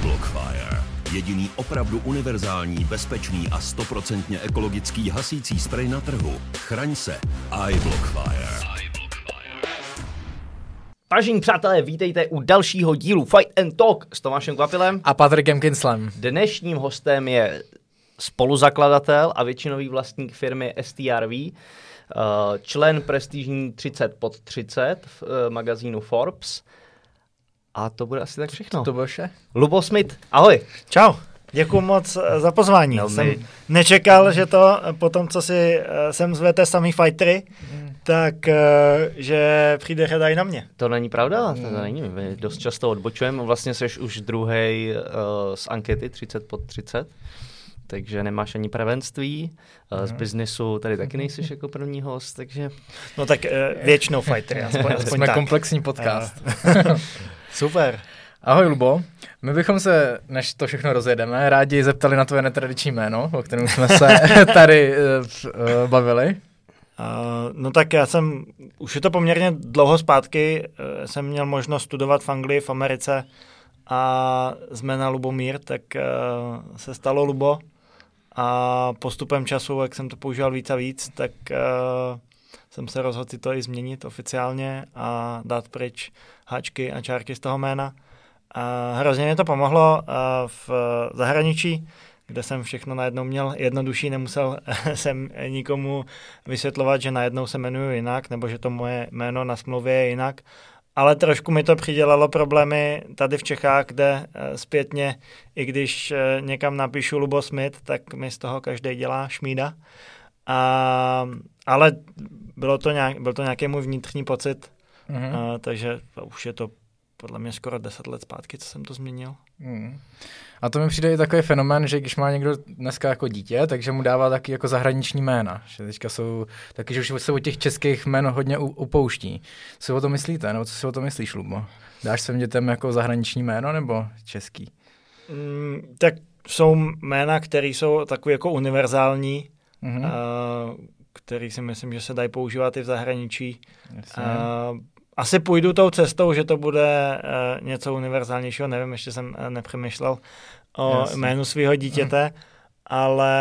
iBlockFire. Jediný opravdu univerzální, bezpečný a 100% ekologický hasící sprej na trhu. Chraň se. iBlockFire. Vážení přátelé, vítejte u dalšího dílu Fight and Talk s Tomášem Kvapilem a Patrikem Kinslem. Dnešním hostem je spoluzakladatel a většinový vlastník firmy STRV, člen prestižní 30 pod 30 v magazínu Forbes. A to bude asi tak všechno. To bylo vše. Lubo Smith, ahoj. Čau, děkuji moc za pozvání. Jsem nečekal, že to po tom, co si sem zvete samý fightery, tak že přijde řada i na mě. To není pravda, to není. My dost často odbočujeme, vlastně seš už druhej z ankety 30 pod 30. Takže nemáš ani prvenství, z biznisu tady taky nejsiš jako první host, takže... No tak většinou fighter, aspoň jsme tak. Komplexní podcast. Super. Ahoj Lubo, my bychom se, než to všechno rozjedeme, rádi zeptali na tvoje netradiční jméno, o kterém jsme se tady bavili. No tak já jsem, už je to poměrně dlouho zpátky, jsem měl možnost studovat v Anglii, v Americe a z jména Lubomír, tak se stalo Lubo. A postupem času, jak jsem to používal víc a víc, tak jsem se rozhodl si to i změnit oficiálně a dát pryč háčky a čárky z toho jména. A hrozně mě to pomohlo v zahraničí, kde jsem všechno najednou měl jednodušší, nemusel jsem nikomu vysvětlovat, že najednou se jmenuji jinak, nebo že to moje jméno na smlouvě je jinak. Ale trošku mi to přidělalo problémy tady v Čechách, kde zpětně, i když někam napíšu Lubo Smith, tak mi z toho každý dělá šmída. Ale byl to nějaký můj vnitřní pocit, takže už je to podle mě skoro 10 let zpátky, co jsem to změnil. A to mi přijde i takový fenomén, že když má někdo dneska jako dítě, takže mu dává taky jako zahraniční jména. Že teďka jsou taky, že už se o těch českých jmén hodně upouští. Co si o to myslíte, nebo co si o to myslíš, Lubo? Dáš svým dětem jako zahraniční jméno nebo český? Tak jsou jména, které jsou takové jako univerzální, které si myslím, že se dají používat i v zahraničí. Asi půjdu tou cestou, že to bude něco univerzálnějšího, nevím, ještě jsem nepřemýšlel o jménu svého dítěte, ale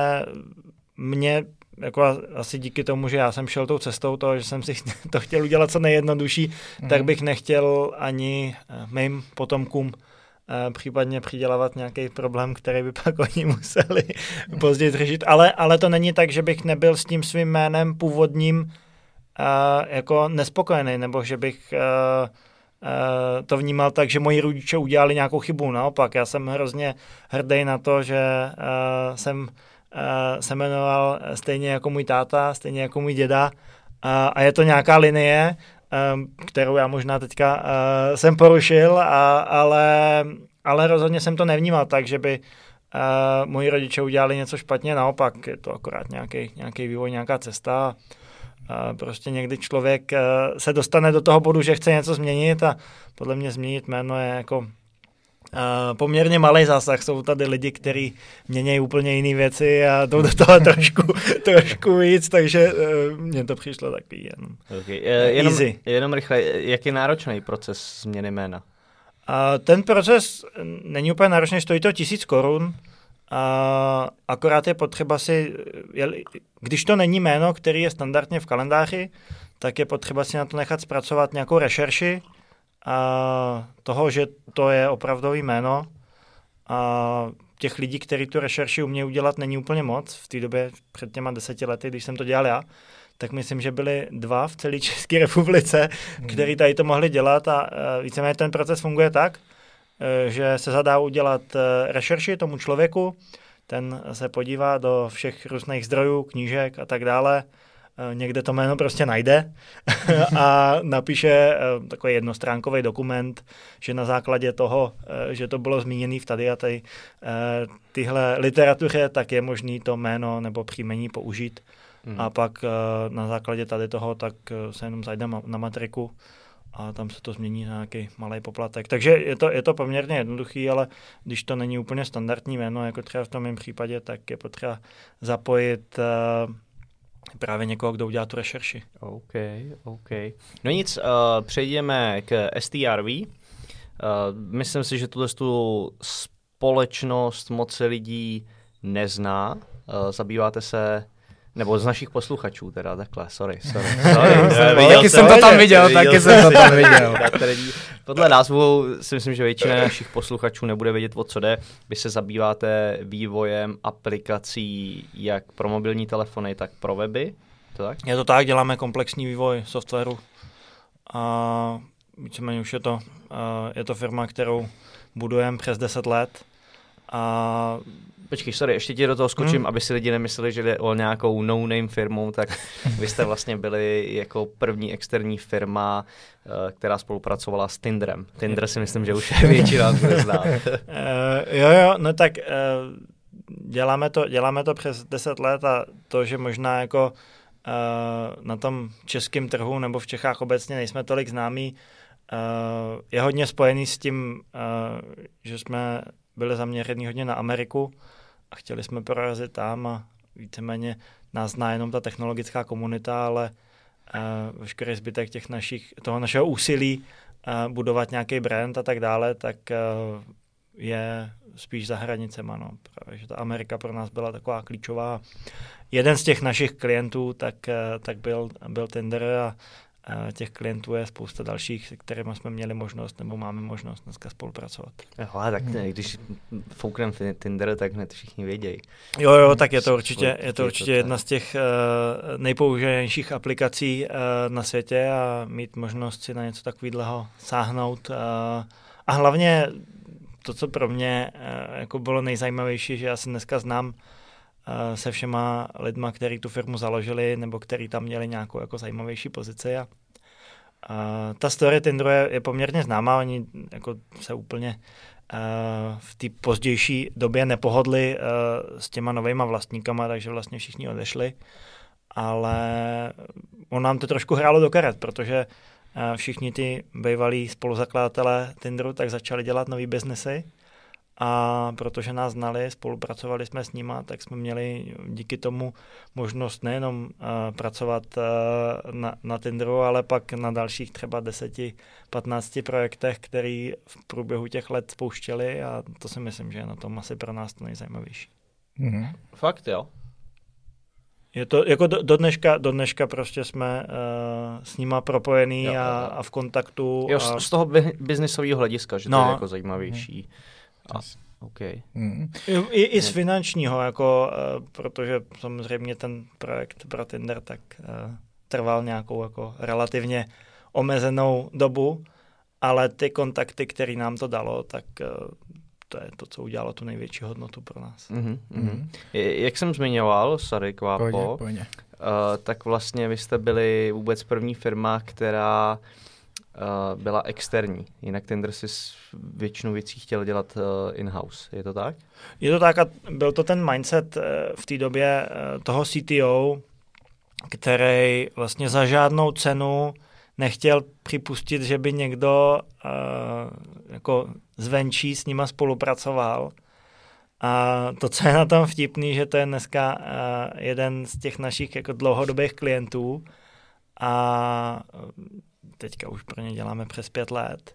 mě jako asi díky tomu, že já jsem šel tou cestou toho, že jsem si to chtěl udělat co nejjednodušší, tak bych nechtěl ani mým potomkům případně přidělávat nějaký problém, který by pak oni museli později řešit. Ale to není tak, že bych nebyl s tím svým jménem původním jako nespokojený, nebo že bych to vnímal tak, že moji rodiče udělali nějakou chybu. Naopak, já jsem hrozně hrdý na to, že jsem se jmenoval stejně jako můj táta, stejně jako můj děda a je to nějaká linie, kterou já možná teďka jsem porušil, ale rozhodně jsem to nevnímal tak, že by moji rodiče udělali něco špatně. Naopak, je to akorát nějaký vývoj, nějaká cesta. Prostě někdy člověk se dostane do toho bodu, že chce něco změnit a podle mě změnit jméno je jako poměrně malý zásah. Jsou tady lidi, kteří mění úplně jiné věci a jdou do toho trošku víc, takže mně to přišlo takový jenom rychle, jak je náročný proces změny jména? Ten proces není úplně náročný, stojí to 1000 korun. Akorát je potřeba si, když to není jméno, který je standardně v kalendáři, tak je potřeba si na to nechat zpracovat nějakou rešerši toho, že to je opravdový jméno. A těch lidí, kteří tu rešerši umějí udělat, není úplně moc. V té době před těma 10 lety, když jsem to dělal já, tak myslím, že byli 2 v celé České republice, kteří tady to mohli dělat a víceméně ten proces funguje tak, že se zadá udělat rešerši tomu člověku, ten se podívá do všech různých zdrojů, knížek a tak dále, někde to jméno prostě najde a napíše takový jednostránkový dokument, že na základě toho, že to bylo zmíněné v tady a tady tyhle literatuře, tak je možný to jméno nebo příjmení použít. A pak na základě tady toho tak se jenom zajde na matriku a tam se to změní na nějaký malý poplatek. Takže je to poměrně jednoduchý, ale když to není úplně standardní jméno, jako třeba v tom mém případě, tak je potřeba zapojit právě někoho, kdo udělá tu rešerši. OK. No nic, přejdeme k STRV. Myslím si, že tu společnost moc lidí nezná. Zabýváte se, nebo z našich posluchačů teda, takhle, sorry. Taky jsem to tam viděl. Podle názvu si myslím, že většina našich posluchačů nebude vědět, o co jde. Vy se zabýváte vývojem aplikací jak pro mobilní telefony, tak pro weby. To tak? Je to tak, děláme komplexní vývoj softwaru. A víceméně už je to firma, kterou budujeme přes 10 let. A počkej, sorry, ještě ti do toho skočím, aby si lidi nemysleli, že jde o nějakou no-name firmu, tak vy jste vlastně byli jako první externí firma, která spolupracovala s Tinderem. Tinder si myslím, že už většina bude znát. Jo, no tak děláme to přes 10 let a to, že možná jako na tom českém trhu nebo v Čechách obecně nejsme tolik známí, je hodně spojený s tím, že jsme byli zaměření hodně na Ameriku a chtěli jsme prorazit tam a víceméně nás zná jenom ta technologická komunita, ale veškerý zbytek toho našeho úsilí budovat nějaký brand a tak dále, tak je spíš za hranicema. No. Právě, že ta Amerika pro nás byla taková klíčová. Jeden z těch našich klientů tak byl Tinder a těch klientů je spousta dalších, se kterými jsme měli možnost nebo máme možnost dneska spolupracovat. Ale tak když foukneme Tinder, tak hned všichni vědějí. Jo, tak je to určitě jedna z těch nejpoužívanějších aplikací na světě a mít možnost si na něco takového sáhnout. A hlavně to, co pro mě jako bylo nejzajímavější, že já se dneska znám se všema lidma, kteří tu firmu založili nebo kteří tam měli nějakou jako zajímavější pozici. A ta story Tinderu je poměrně známá, oni jako se úplně v té pozdější době nepohodli s těma novejma vlastníkama, takže vlastně všichni odešli. Ale on nám to trošku hrálo do karet, protože všichni ty bývalí spoluzakladatelé Tinderu tak začali dělat nový biznesy. A protože nás znali, spolupracovali jsme s nima, tak jsme měli díky tomu možnost nejenom pracovat na Tinderu, ale pak na dalších třeba 10-15 projektech, který v průběhu těch let spouštěli a to si myslím, že je na tom asi pro nás to nejzajímavější. Mm-hmm. Fakt, jo? Je to jako do dneška prostě jsme s nima propojení a v kontaktu. Jo, z toho biznisového hlediska, že to je jako zajímavější. Okay. I z finančního, jako, protože samozřejmě ten projekt pro Tinder tak trval nějakou jako relativně omezenou dobu, ale ty kontakty, které nám to dalo, tak to je to, co udělalo tu největší hodnotu pro nás. Jak jsem zmiňoval, sorry, Kvápo, tak vlastně vy jste byli vůbec první firma, která byla externí. Jinak Tinder si většinu věcí chtěl dělat in-house. Je to tak? Je to tak a byl to ten mindset v té době toho CTO, který vlastně za žádnou cenu nechtěl připustit, že by někdo jako zvenčí s nima spolupracoval. A to, co je na tom vtipný, že to je dneska jeden z těch našich jako dlouhodobých klientů a teďka už pro ně děláme přes 5 let.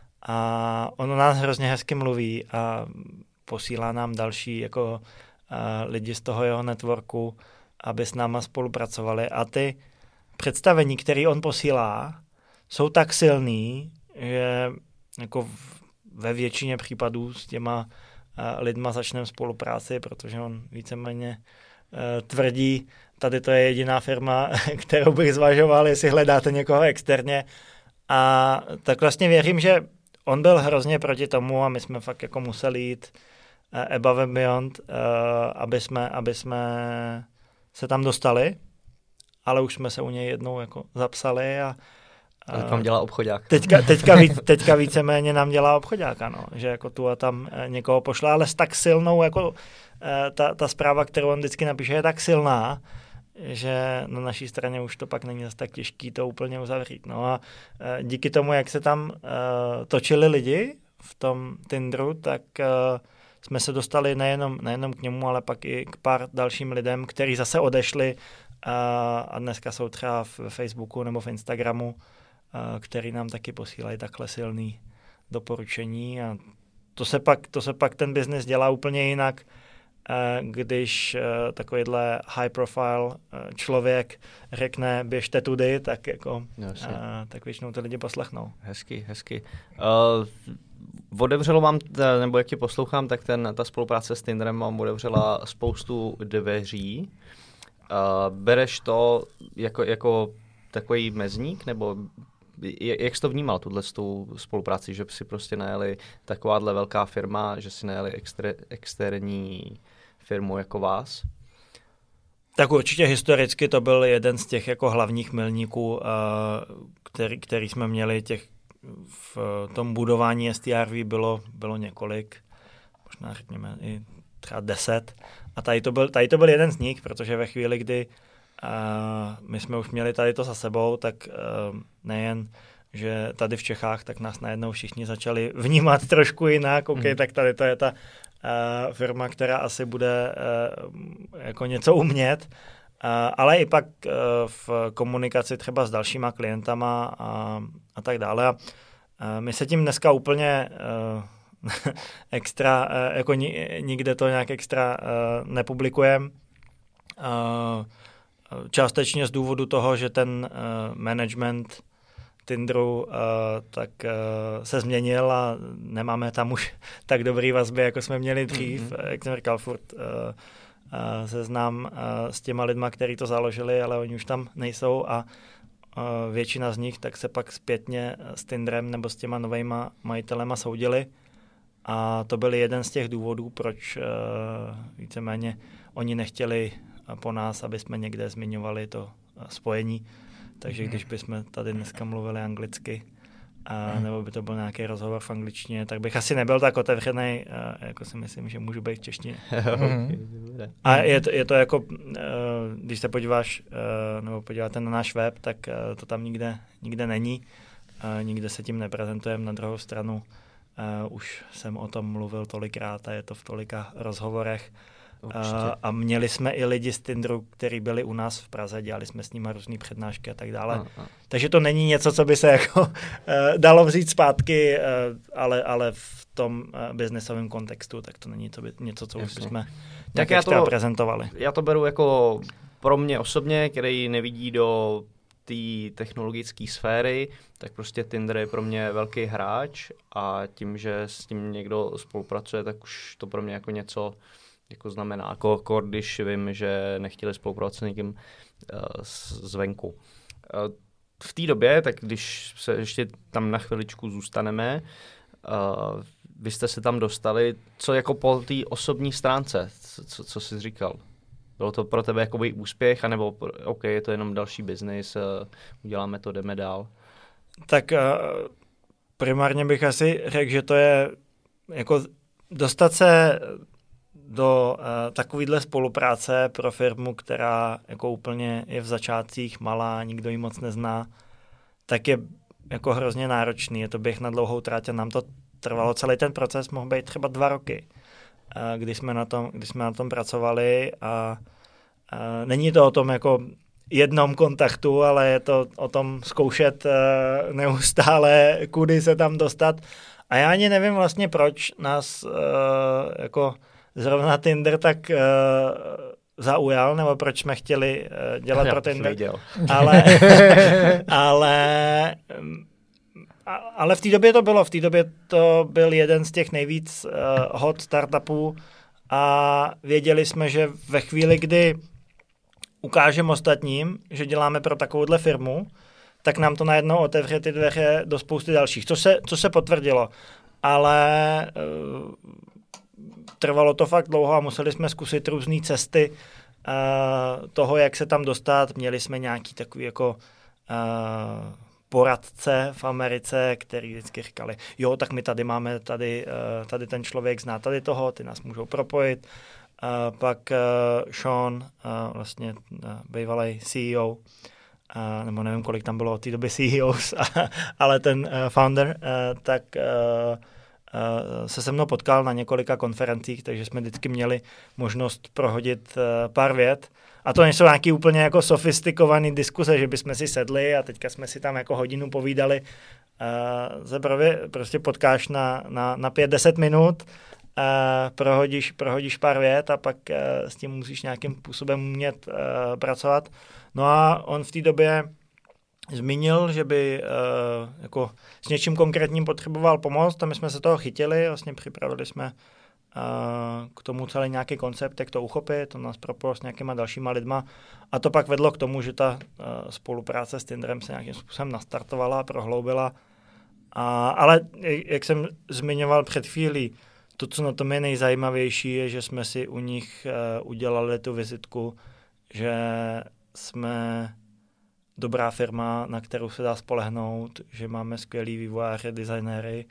A on o nás hrozně hezky mluví a posílá nám další jako lidi z toho jeho networku, aby s náma spolupracovali. A ty představení, které on posílá, jsou tak silný, že jako ve většině případů s těma lidma začneme spolupráci, protože on víceméně tvrdí, tady to je jediná firma, kterou bych zvažoval, jestli hledáte někoho externě. A tak vlastně věřím, že on byl hrozně proti tomu a my jsme fakt jako museli jít above and beyond, aby jsme se tam dostali, ale už jsme se u něj jednou jako zapsali a teď vám dělá obchodák. Teďka víceméně nám dělá obchodák, ano, že jako tu a tam někoho pošle, ale s tak silnou, jako ta zpráva, kterou on vždycky napíše, je tak silná, že na naší straně už to pak není zase tak těžký to úplně uzavřít. No a díky tomu, jak se tam točili lidi v tom Tinderu, tak jsme se dostali nejenom k němu, ale pak i k pár dalším lidem, kteří zase odešli a dneska jsou třeba v Facebooku nebo v Instagramu, který nám taky posílají takhle silný doporučení a to se pak ten biznis dělá úplně jinak, když takovýhle high profile člověk řekne běžte tudy, tak jako tak většinou ty lidi poslechnou. Hezky. Otevřelo vám, nebo jak tě poslouchám, tak ta spolupráce s Tinderem vám otevřela spoustu dveří. Bereš to jako takový mezník, nebo jak jsi to vnímal, tu spolupráci, že si prostě najeli takováhle velká firma, že si najeli externí firmu jako vás? Tak určitě historicky to byl jeden z těch jako hlavních milníků, který jsme měli v tom budování STRV bylo několik, možná řekněme i třeba 10. A tady to byl jeden z nich, protože ve chvíli, kdy my jsme už měli tady to za sebou, tak nejen, že tady v Čechách, tak nás najednou všichni začali vnímat trošku jinak. Tak tady to je ta firma, která asi bude jako něco umět, ale i pak v komunikaci třeba s dalšíma klientama a tak dále. My se tím dneska úplně extra, jako nikde to nějak extra nepublikujeme. Částečně z důvodu toho, že ten management Tinderu tak se změnil a nemáme tam už tak dobrý vazby, jako jsme měli dřív. Jak jsem říkal, furt se znám s těma lidma, kteří to založili, ale oni už tam nejsou a většina z nich tak se pak zpětně s Tinderem nebo s těma novejma majitelema soudili. A to byl jeden z těch důvodů, proč víceméně oni nechtěli po nás, aby jsme někde zmiňovali to spojení. Takže když bychom tady dneska mluvili anglicky, nebo by to byl nějaký rozhovor v angličtině, tak bych asi nebyl tak otevřený, jako si myslím, že můžu být v češtině. A je to jako, když se podíváš, nebo podíváte na náš web, tak to tam nikde není. Nikde se tím neprezentujeme. Na druhou stranu už jsem o tom mluvil tolikrát a je to v tolika rozhovorech. A měli jsme i lidi z Tinderu, kteří byli u nás v Praze, dělali jsme s nimi různý přednášky a tak dále. Takže to není něco, co by se jako dalo vzít zpátky, ale v tom biznesovém kontextu, tak to není něco, co už bychom nějak extra prezentovali. Já to beru jako pro mě osobně, který nevidí do té technologické sféry, tak prostě Tinder je pro mě velký hráč a tím, že s tím někdo spolupracuje, tak už to pro mě jako něco jako znamená, jako když vím, že nechtěli spolupracovat s někým zvenku. V té době, tak když se ještě tam na chviličku zůstaneme, vy jste se tam dostali, co jako po té osobní stránce, co jsi říkal? Bylo to pro tebe jakoby úspěch, anebo OK, je to jenom další biznis, uděláme to, jdeme dál? Tak primárně bych asi řekl, že to je jako dostat se do takovýhle spolupráce pro firmu, která jako úplně je v začátcích malá, nikdo ji moc nezná, tak je jako hrozně náročný. Je to běh na dlouhou tráť a nám to trvalo. Celý ten proces mohl být třeba 2 roky, kdy jsme na tom pracovali a není to o tom jako jednom kontaktu, ale je to o tom zkoušet neustále, kudy se tam dostat. A já ani nevím vlastně, proč nás jako zrovna Tinder tak zaujal, nebo proč jsme chtěli dělat pro Tinder. Ale v té době to bylo. V té době to byl jeden z těch nejvíc hot startupů a věděli jsme, že ve chvíli, kdy ukážeme ostatním, že děláme pro takovouhle firmu, tak nám to najednou otevře ty dveře do spousty dalších. Co se potvrdilo. Ale trvalo to fakt dlouho a museli jsme zkusit různé cesty toho, jak se tam dostat. Měli jsme nějaký takový jako poradce v Americe, který vždycky říkali, jo, tak my tady máme, tady ten člověk zná tady toho, ty nás můžou propojit. Pak Sean, vlastně bývalý CEO, nebo nevím, kolik tam bylo od té doby CEOs, ale ten founder, tak se mnou potkal na několika konferencích, takže jsme vždycky měli možnost prohodit pár vět. A to nejsou nějaký úplně jako sofistikovaný diskuse, že bychom si sedli a teďka jsme si tam jako hodinu povídali. Zebrově prostě potkáš na 5-10 minut, prohodíš pár vět a pak s tím musíš nějakým způsobem umět pracovat. No a on v té době zmínil, že by jako s něčím konkrétním potřeboval pomoct a my jsme se toho chytili, vlastně připravili jsme k tomu celý nějaký koncept, jak to uchopit, to nás propojilo s nějakýma dalšíma lidma a to pak vedlo k tomu, že ta spolupráce s Tinderem se nějakým způsobem nastartovala a prohloubila. Ale jak jsem zmiňoval před chvílí, to, co na tom je nejzajímavější, je, že jsme si u nich udělali tu vizitku, že jsme dobrá firma, na kterou se dá spolehnout, že máme skvělý vývojáře, designéry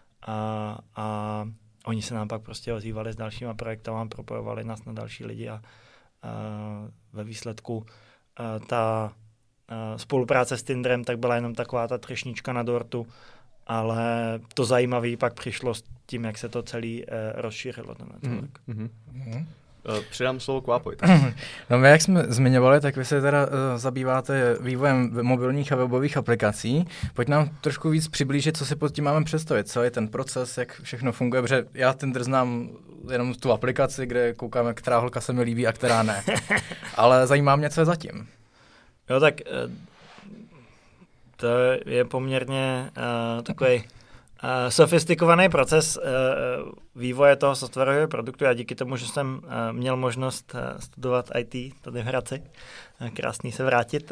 a oni se nám pak prostě ozývali s dalšíma projektama, propojovali nás na další lidi a ve výsledku ta spolupráce s Tinderem tak byla jenom taková ta třešnička na dortu, ale to zajímavé pak přišlo s tím, jak se to celý rozšířilo. Přidám slovo k Vápovi. No my, jak jsme zmiňovali, tak vy se teda zabýváte vývojem mobilních a webových aplikací. Pojď nám trošku víc přiblížit, co si pod tím máme představit, co je ten proces, jak všechno funguje, protože já Tinder znám jenom tu aplikaci, kde koukáme, která holka se mi líbí a která ne. Ale zajímá mě, co je zatím. Jo, tak to je poměrně takový sofistikovaný proces vývoje toho softwarového produktu. Já díky tomu, že jsem měl možnost studovat IT tady v Hradci, krásný se vrátit,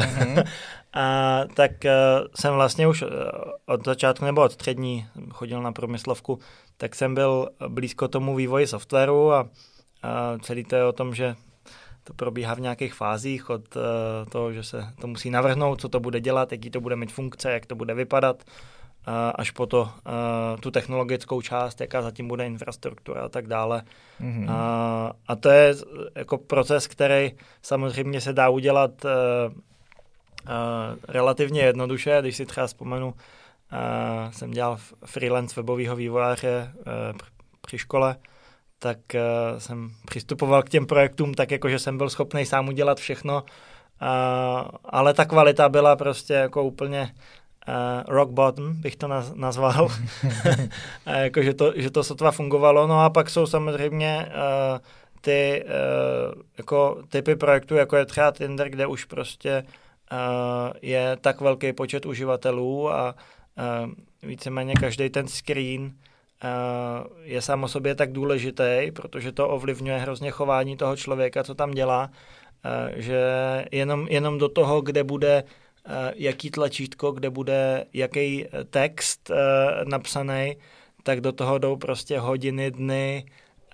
tak jsem vlastně už od začátku nebo od střední chodil na průmyslovku, tak jsem byl blízko tomu vývoji softwaru a celý to je o tom, že to probíhá v nějakých fázích od toho, že se to musí navrhnout, co to bude dělat, jaký to bude mít funkce, jak to bude vypadat, až po to tu technologickou část, jaká zatím bude infrastruktura a tak dále. Mm-hmm. A to je jako proces, který samozřejmě se dá udělat relativně jednoduše. Když si třeba vzpomenu, jsem dělal freelance webového vývojáře při škole, tak jsem přistupoval k těm projektům tak, jako že jsem byl schopný sám udělat všechno, ale ta kvalita byla prostě jako úplně rock bottom, bych to nazval, jako, že to sotva fungovalo. No a pak jsou samozřejmě ty jako typy projektů, jako je třeba Tinder, kde už prostě je tak velký počet uživatelů a víceméně každý ten screen je sám o sobě tak důležitý, protože to ovlivňuje hrozně chování toho člověka, co tam dělá, že jenom do toho, kde bude jaký tlačítko, kde bude jaký text napsaný, tak do toho jdou prostě hodiny, dny,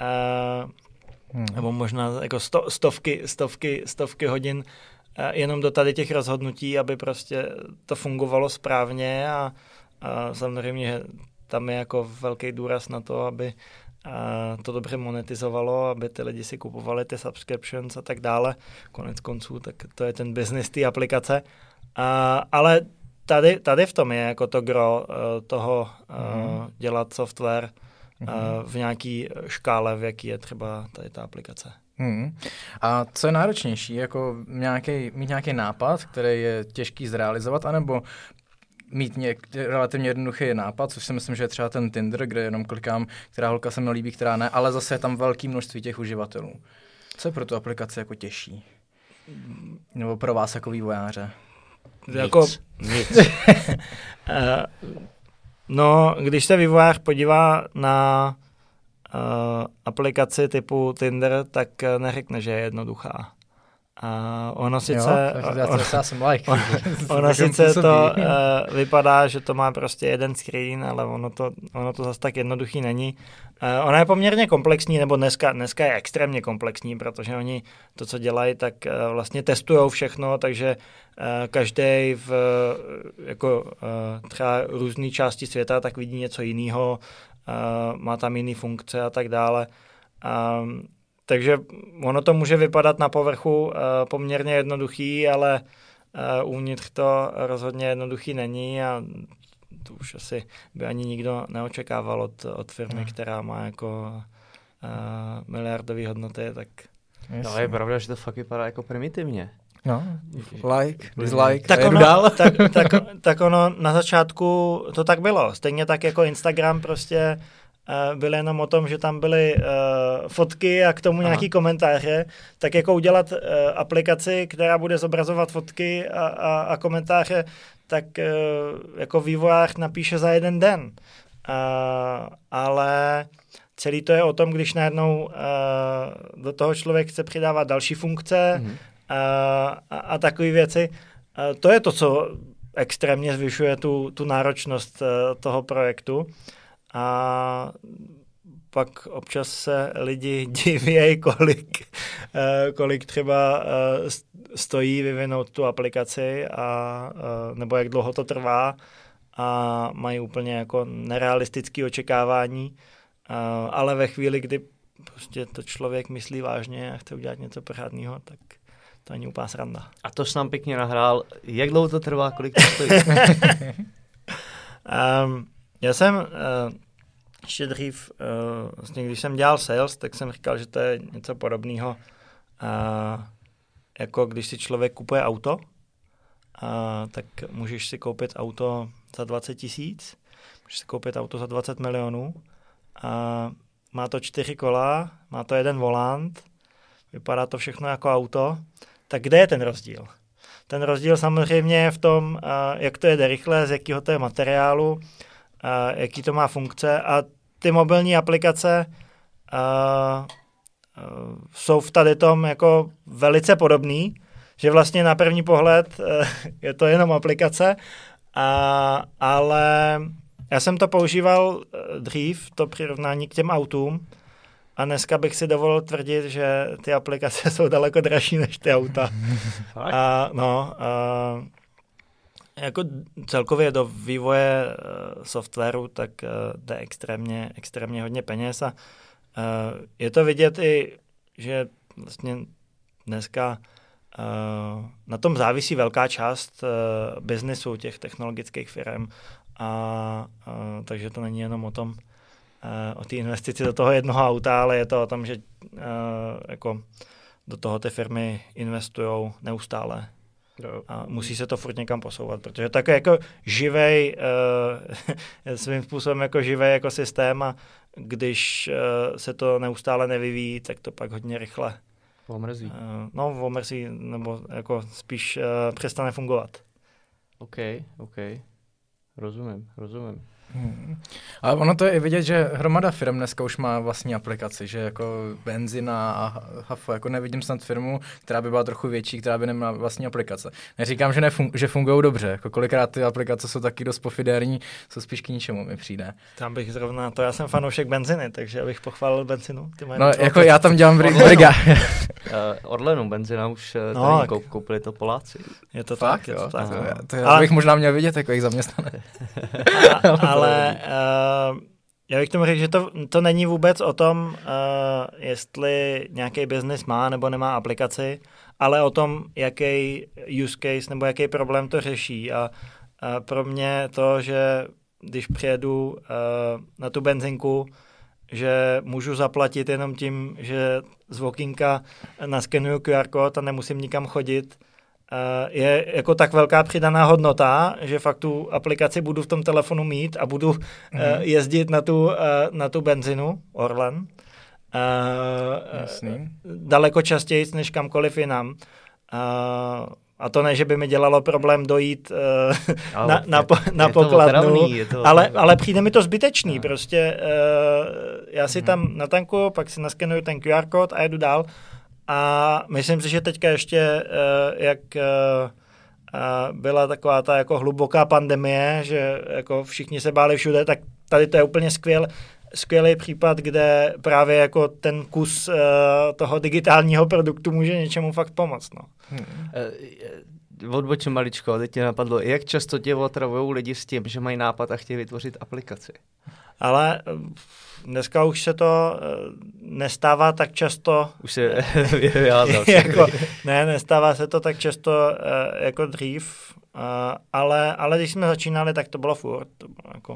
nebo možná jako stovky hodin jenom do tady těch rozhodnutí, aby prostě to fungovalo správně a samozřejmě, že tam je jako velký důraz na to, aby to dobře monetizovalo, aby ty lidi si kupovali ty subscriptions a tak dále. Konec konců, tak to je ten business té aplikace. Ale tady v tom je jako to gro toho dělat software v nějaký škále, v jaký je třeba tady ta aplikace. A co je náročnější? Jako mít nějaký nápad, který je těžký zrealizovat, anebo mít relativně jednoduchý nápad, což si myslím, že je třeba ten Tinder, kde jenom klikám, která holka se mi líbí, která ne, ale zase je tam velké množství těch uživatelů. Co je pro tu aplikaci jako těžší? Nebo pro vás jako vývojáře? Nic. No, když se vývojář podívá na aplikaci typu Tinder, tak neřekne, že je jednoduchá. Ono sice, ono sice to vypadá, že to má prostě jeden screen, ale ono to zase tak jednoduchý není. Ono je poměrně komplexní, nebo dneska je extrémně komplexní, protože oni to, co dělají, tak vlastně testujou všechno, takže každý v jako třeba různé části světa tak vidí něco jiného, má tam jiné funkce a tak dále. Takže ono to může vypadat na povrchu poměrně jednoduchý, ale uvnitř to rozhodně jednoduchý není a to už asi by ani nikdo neočekával od firmy, která má jako miliardové hodnoty, tak... No je pravda, že to fakt vypadá jako primitivně. No, like, dislike, tak ono, dál. tak ono na začátku to tak bylo. Stejně tak jako Instagram prostě byl jenom o tom, že tam byly fotky a k tomu nějaký komentáře, tak jako udělat aplikaci, která bude zobrazovat fotky a komentáře, tak jako vývojář napíše za jeden den. Ale celý to je o tom, když najednou do toho člověk chce přidávat další funkce a takové věci. To je to, co extrémně zvyšuje tu náročnost toho projektu. A pak občas se lidi divějí, kolik třeba stojí vyvinout tu aplikaci nebo jak dlouho to trvá a mají úplně jako nerealistické očekávání, ale ve chvíli, kdy prostě to člověk myslí vážně a chce udělat něco pořádného, tak to není úplně sranda. A to jsi nám pěkně nahrál. Jak dlouho to trvá, kolik to stojí? Já jsem ještě dřív, vlastně když jsem dělal sales, tak jsem říkal, že to je něco podobného, jako když si člověk kupuje auto, tak můžeš si koupit auto za 20 000, můžeš si koupit auto za 20 milionů, má to 4 kola, má to jeden volant, vypadá to všechno jako auto, tak kde je ten rozdíl? Ten rozdíl samozřejmě je v tom, jak to jede rychle, z jakého to je materiálu, jaký to má funkce a ty mobilní aplikace jsou v tady tom jako velice podobný, že vlastně na první pohled je to jenom aplikace, ale já jsem to používal dřív, to přirovnání k těm autům, a dneska bych si dovolil tvrdit, že ty aplikace jsou daleko dražší než ty auta. Jako celkově do vývoje softwaru, tak jde extrémně hodně peněz a je to vidět i, že vlastně dneska na tom závisí velká část biznesu těch technologických firm takže to není jenom o tom, o té investici do toho jednoho auta, ale je to o tom, že jako do toho ty firmy investujou neustále. A musí se to furt někam posouvat, protože tak jako živej, svým způsobem jako živej ekosystém a když se to neustále nevyvíjí, tak to pak hodně rychle omrzí, nebo jako spíš přestane fungovat. OK. Rozumím. Ale ono to je i vidět, že hromada firm dneska už má vlastní aplikaci, že jako Benzina a Hafo, jako nevidím snad firmu, která by byla trochu větší, která by neměla vlastní aplikace. Neříkám, že fungují dobře, jako kolikrát ty aplikace jsou taky dost pofidérní, jsou spíš k ničemu mi přijde. Tam bych zrovna, já jsem fanoušek Benziny, takže abych pochválil Benzinu. No jako já tam dělám Orlenu, Benzina už koupili to Poláci. Je to tak, je to tak. To bych možná měl vidět jako jejich zaměstnanec. Ale já bych tomu řekl, že to není vůbec o tom, jestli nějaký biznis má nebo nemá aplikaci, ale o tom, jaký use case nebo jaký problém to řeší. A pro mě to, že když přijedu na tu benzinku, že můžu zaplatit jenom tím, že z okýnka naskenuju QR kód a nemusím nikam chodit, je jako tak velká přidaná hodnota, že fakt tu aplikaci budu v tom telefonu mít a budu jezdit na tu benzinu Orlen daleko častěji než kamkoliv jinam. A to ne, že by mi dělalo problém dojít na pokladnu, ale přijde mi to zbytečný. Prostě já si tam natankuju, pak si naskenuju ten QR kód a jedu dál. A myslím si, že teďka ještě, jak byla taková ta jako hluboká pandemie, že jako všichni se báli všude, tak tady to je úplně skvělý případ, kde právě jako ten kus toho digitálního produktu může něčemu fakt pomoct. No. Odbočím maličko, teď mě napadlo, jak často tě otravujou lidi s tím, že mají nápad a chtějí vytvořit aplikaci? Ale dneska už se to nestává tak často. Už se vyjádal. Nestává se to tak často jako dřív. ale když jsme začínali, tak to bylo furt. To bylo jako,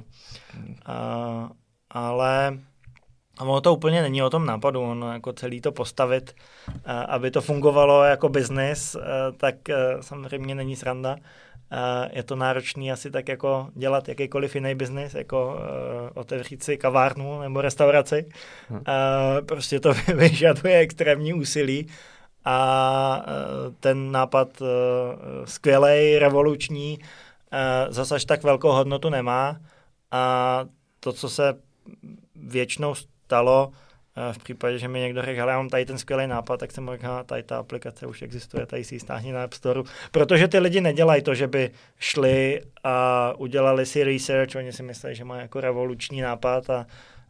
ale ono to úplně není o tom nápadu, ono jako celý to postavit, aby to fungovalo jako biznis, tak samozřejmě není sranda. Je to náročný asi tak jako dělat jakýkoliv jiný biznis, jako otevřít si kavárnu nebo restauraci. Prostě to vyžaduje extrémní úsilí a ten nápad skvělej, revoluční, zase až tak velkou hodnotu nemá. A to, co se většinou stalo, v případě, že mi někdo řekl, hele, já mám tady ten skvělý nápad, tak jsem řekl, tady ta aplikace už existuje, tady si ji stáhni na App Store. Protože ty lidi nedělají to, že by šli a udělali si research, oni si myslí, že má jako revoluční nápad a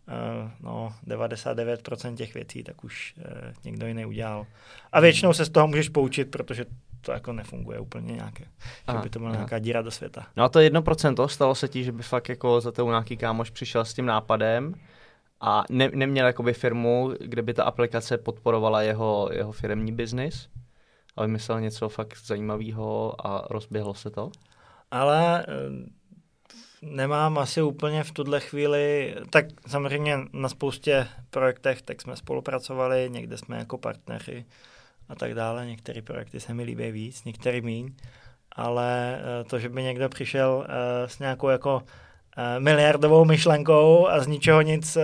99% těch věcí tak už někdo jiný udělal. A většinou se z toho můžeš poučit, protože to jako nefunguje úplně nějaké, že by to byla nějaká díra do světa. No a to 1% stalo se ti, že by fakt jako za tebou nějaký kámoš přišel s tím nápadem a neměl jakoby firmu, kde by ta aplikace podporovala jeho firemní biznis, ale vymyslel něco fakt zajímavého a rozběhlo se to? Ale nemám asi úplně v tuhle chvíli, tak samozřejmě na spoustě projektech tak jsme spolupracovali, někde jsme jako partneři a tak dále, některé projekty se mi líbí víc, některé míň, ale to, že by někdo přišel s nějakou jako miliardovou myšlenkou a z ničeho nic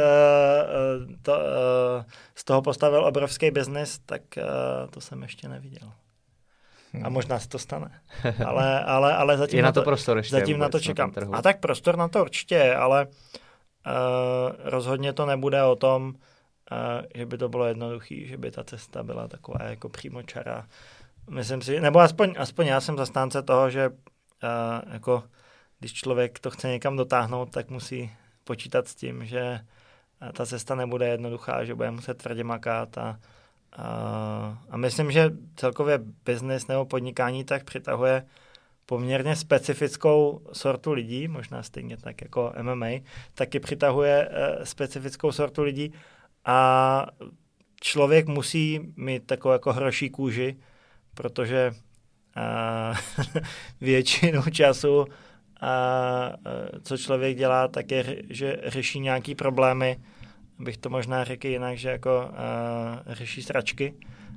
z toho postavil obrovský biznis, tak to jsem ještě neviděl. A možná se to stane. Ale zatím je na to prostor ještě. Zatím na to čekám. A tak prostor na to určitě je, ale rozhodně to nebude o tom, že by to bylo jednoduchý, že by ta cesta byla taková jako přímočará. Myslím si, nebo aspoň já jsem zastánce toho, že jako když člověk to chce někam dotáhnout, tak musí počítat s tím, že ta cesta nebude jednoduchá, že bude muset tvrdě makat a myslím, že celkově business nebo podnikání tak přitahuje poměrně specifickou sortu lidí, možná stejně tak jako MMA, taky přitahuje specifickou sortu lidí a člověk musí mít takovou jako hroší kůži, protože většinu času co člověk dělá, tak je, že řeší nějaký problémy, bych to možná řekl jinak, že jako řeší sračky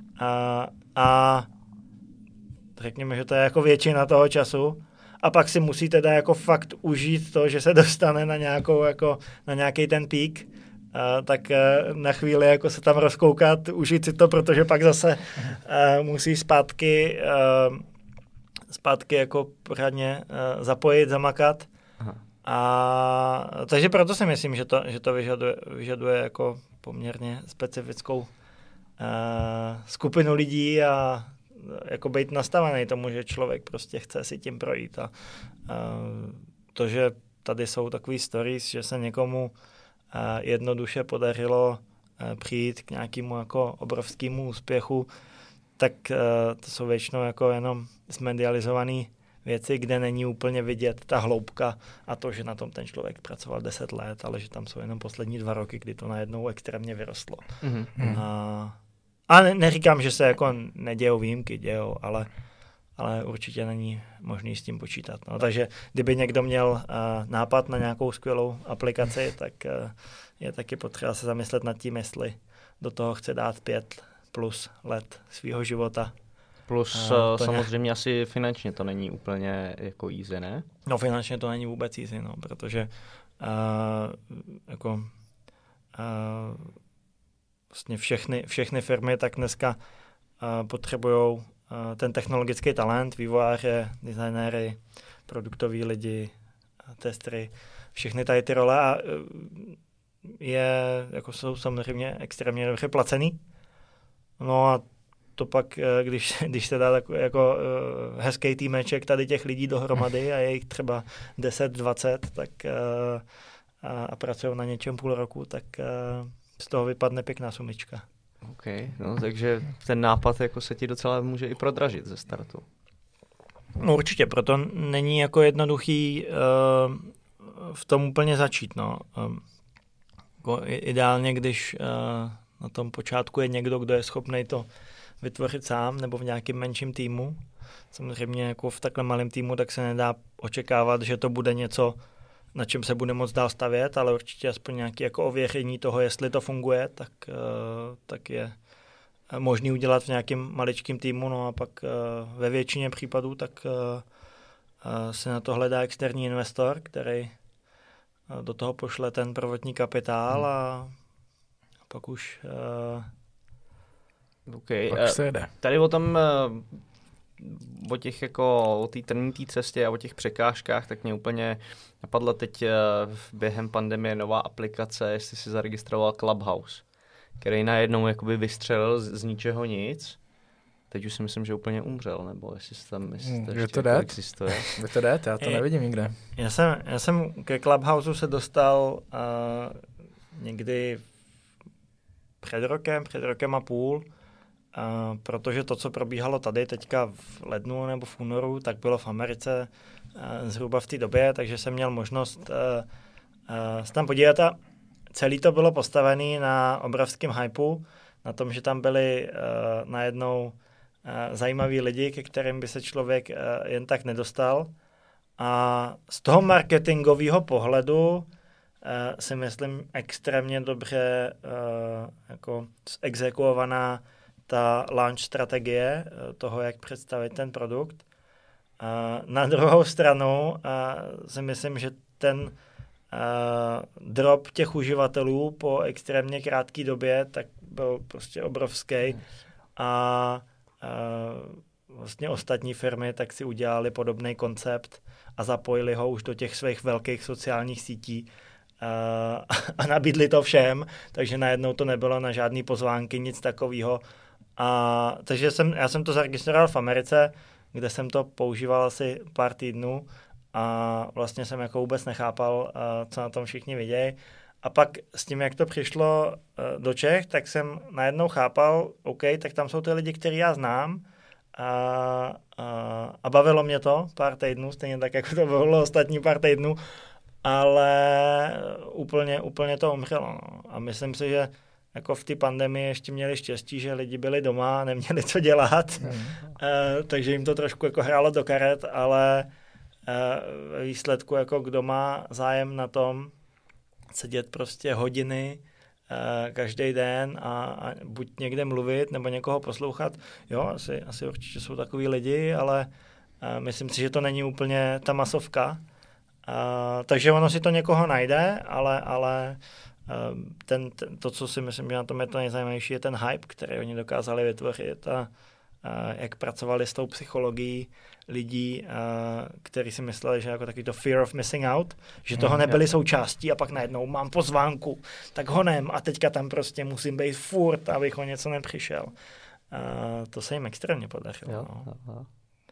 a řekněme, že to je jako většina toho času a pak si musí teda jako fakt užít to, že se dostane na nějakou jako, na nějaký ten pík, tak na chvíli jako se tam rozkoukat, užít si to, protože pak zase musí zpátky jako pořádně zapojit, zamakat. Takže proto si myslím, že to vyžaduje jako poměrně specifickou skupinu lidí a jako být nastavený tomu, že člověk prostě chce si tím projít. A to, že tady jsou takový stories, že se někomu jednoduše podařilo přijít k nějakému jako obrovskému úspěchu, tak to jsou většinou jako jenom zmedializované věci, kde není úplně vidět ta hloubka a to, že na tom ten člověk pracoval 10 let, ale že tam jsou jenom poslední 2 roky, kdy to najednou extrémně vyrostlo. Mm-hmm. A neříkám, že se jako nedějou výjimky, dějou, ale určitě není možný s tím počítat. No, takže kdyby někdo měl nápad na nějakou skvělou aplikaci, tak je taky potřeba se zamyslet nad tím, jestli do toho chce dát 5+ let svýho života. Plus samozřejmě asi finančně to není úplně jako easy, ne? No finančně to není vůbec easy, no, protože vlastně všechny firmy tak dneska potřebují ten technologický talent, vývojáře, designéry, produktoví lidi, testery, všechny tady ty role a jako jsou samozřejmě extrémně dobře placený. No a to pak, když se dá takový jako hezký týmeček tady těch lidí dohromady a je jich třeba 10-20, tak a pracují na něčem půl roku, tak z toho vypadne pěkná sumička. OK, no takže ten nápad jako se ti docela může i prodražit ze startu. No určitě, proto není jako jednoduchý v tom úplně začít. No. Jako ideálně, když na tom počátku je někdo, kdo je schopný to vytvořit sám nebo v nějakém menším týmu. Samozřejmě jako v takhle malém týmu tak se nedá očekávat, že to bude něco, na čem se bude moc dál stavět, ale určitě aspoň nějaké jako ověření toho, jestli to funguje, tak je možný udělat v nějakém maličkém týmu, no a pak ve většině případů tak se na to hledá externí investor, který do toho pošle ten prvotní kapitál a pak už... Okay. Pak se jede. Tady o tom, o těch jako, o té trnité cestě a o těch překážkách, tak mě úplně napadla teď během pandemie nová aplikace, jestli si zaregistroval Clubhouse, který najednou jakoby vystřelil z ničeho nic. Teď už si myslím, že úplně umřel, nebo jestli tam ještě to existuje. Vy to jde? Já to nevidím nikde. Já jsem ke Clubhouseu se dostal někdy před rokem a půl, protože to, co probíhalo tady teďka v lednu nebo v únoru, tak bylo v Americe zhruba v té době, takže jsem měl možnost se tam podívat a celý to bylo postavené na obrovském hypeu, na tom, že tam byli najednou zajímaví lidi, ke kterým by se člověk jen tak nedostal. A z toho marketingového pohledu si myslím extrémně dobře jako exekuovaná ta launch strategie toho, jak představit ten produkt. Na druhou stranu si myslím, že ten drop těch uživatelů po extrémně krátké době tak byl prostě obrovský a vlastně ostatní firmy tak si udělali podobný koncept a zapojili ho už do těch svých velkých sociálních sítí a nabídli to všem, takže najednou to nebylo na žádný pozvánky, nic takového. Takže já jsem to zaregistroval v Americe, kde jsem to používal asi pár týdnů a vlastně jsem jako vůbec nechápal, co na tom všichni vidějí. A pak s tím, jak to přišlo do Čech, tak jsem najednou chápal, OK, tak tam jsou ty lidi, který já znám a bavilo mě to pár týdnů, stejně tak, jako to bylo ostatní pár týdnů, ale úplně to umřelo. No. A myslím si, že jako v té pandemii ještě měli štěstí, že lidi byli doma, neměli co dělat, takže jim to trošku jako hrálo do karet, ale ve výsledku, jako kdo má zájem na tom sedět prostě hodiny každý den a buď někde mluvit nebo někoho poslouchat, jo, asi určitě jsou takový lidi, ale myslím si, že to není úplně ta masovka. Takže ono si to někoho najde, ale to, co si myslím, že na tom je to nejzajímavější, je ten hype, který oni dokázali vytvořit a jak pracovali s tou psychologií lidí, kteří si mysleli, že jako takový to fear of missing out, že toho nebyli součástí a pak najednou mám pozvánku, tak honem a teďka tam prostě musím být furt, abych o něco nepřišel. To se jim extrémně podařilo. Jo, no.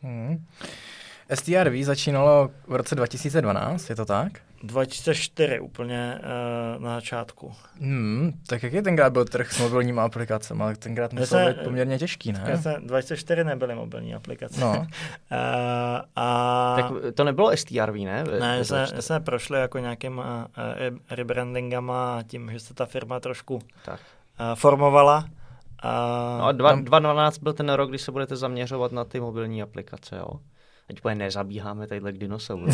STRV začínalo v roce 2012, je to tak? 2004 úplně na začátku. Tak jaký tenkrát byl trh s mobilními aplikacemi? Ale tenkrát musel být poměrně těžký, ne? 2004 nebyly mobilní aplikace. No. Tak to nebylo STRV, ne? Ne, jsme prošli jako nějakým rebrandingama a tím, že se ta firma trošku formovala. No a 2012 byl ten rok, kdy se budete zaměřovat na ty mobilní aplikace, jo? Ať úplně nezabíháme tadyhle k dinosauru.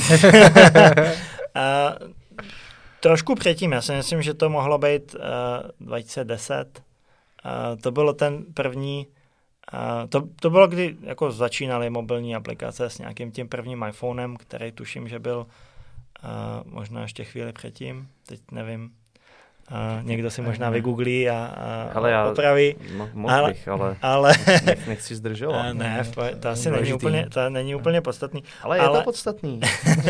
Trošku předtím, já si myslím, že to mohlo být 2010. To bylo ten první, to bylo, kdy jako začínaly mobilní aplikace s nějakým tím prvním iPhonem, který tuším, že byl možná ještě chvíli předtím, teď nevím. Někdo si možná vygooglí a opraví. Mohl bych, ale nechci zdržovat. Ne, to asi není úplně podstatný. Ale je to podstatný.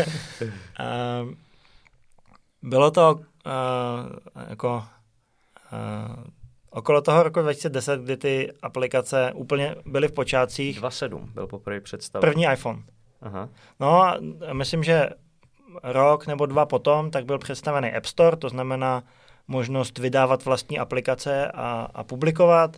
Bylo to jako okolo toho roku 2010, kdy ty aplikace úplně byly v počátcích. 2007 byl poprvé představen. První iPhone. Aha. No a myslím, že rok nebo dva potom tak byl představený App Store, to znamená možnost vydávat vlastní aplikace a publikovat.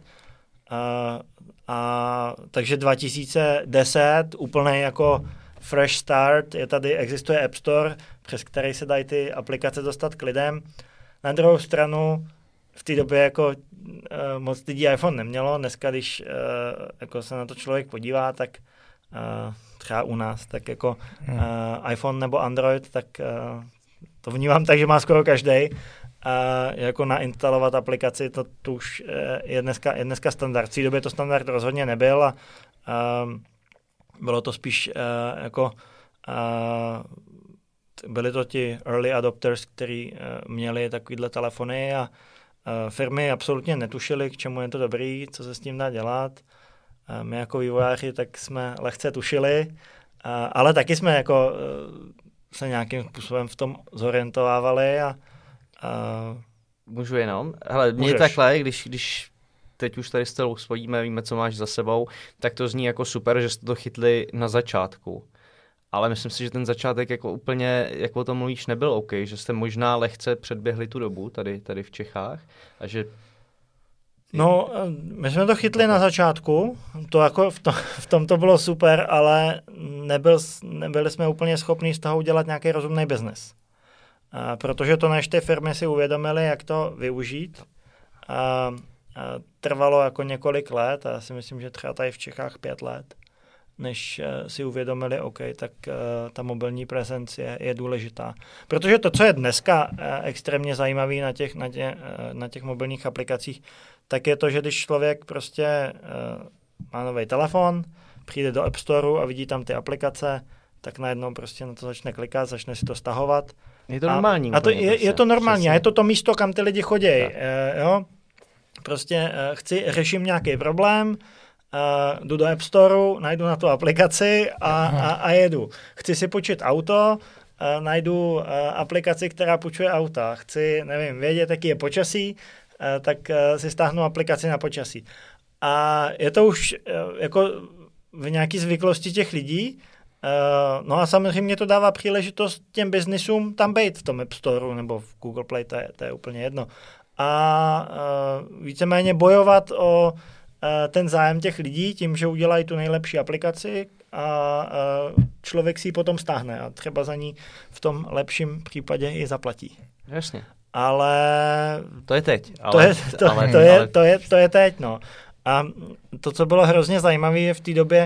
Takže 2010 úplně jako fresh start, existuje App Store, přes který se dají ty aplikace dostat k lidem. Na druhou stranu v té době jako moc lidí iPhone nemělo. Dneska, když jako se na to člověk podívá, tak třeba u nás, tak jako iPhone nebo Android, tak to vnímám tak, že má skoro každý. Jako nainstalovat aplikaci, to už je dneska standard. V té době to standard rozhodně nebyl a bylo to spíš jako byli to ti early adopters, kteří měli takovýhle telefony a firmy absolutně netušili, k čemu je to dobrý, co se s tím dá dělat. My jako vývojáři tak jsme lehce tušili, ale taky jsme jako se nějakým způsobem v tom zorientovávali a Můžu jenom? Hele, mě takhle, když teď už tady s telou spojíme, víme, co máš za sebou, tak to zní jako super, že jste to chytli na začátku. Ale myslím si, že ten začátek jako úplně, jak o tom mluvíš, nebyl OK, že jste možná lehce předběhli tu dobu tady v Čechách a že... No, my jsme to chytli na začátku, to jako v tom to bylo super, ale nebyli jsme úplně schopni z toho udělat nějaký rozumný biznes. Protože to než ty firmy si uvědomily, jak to využít, trvalo jako několik let, a já si myslím, že třeba tady v Čechách 5 let, než si uvědomili, OK, tak ta mobilní prezence je důležitá. Protože to, co je dneska extrémně zajímavé na těch mobilních aplikacích, tak je to, že když člověk prostě má nový telefon, přijde do App Storeu a vidí tam ty aplikace, tak najednou prostě na to začne klikat, začne si to stahovat. Je to normální. A to je to normální. A je to místo, kam ty lidi chodí. Jo? Prostě řeším nějaký problém, jdu do App Storeu, najdu na tu aplikaci a jedu. Chci si půjčit auto, najdu aplikaci, která půjčuje auta. Chci, nevím, vědět, jaký je počasí, tak si stáhnu aplikaci na počasí. A je to už jako v nějaký zvyklosti těch lidí. No a samozřejmě to dává příležitost těm biznisům tam být v tom App Storeu nebo v Google Play, to je úplně jedno. A víceméně bojovat o ten zájem těch lidí tím, že udělají tu nejlepší aplikaci a člověk si ji potom stáhne a třeba za ní v tom lepším případě i zaplatí. Jasně. Ale... To je teď. To je teď, no. A to, co bylo hrozně zajímavé, je v té době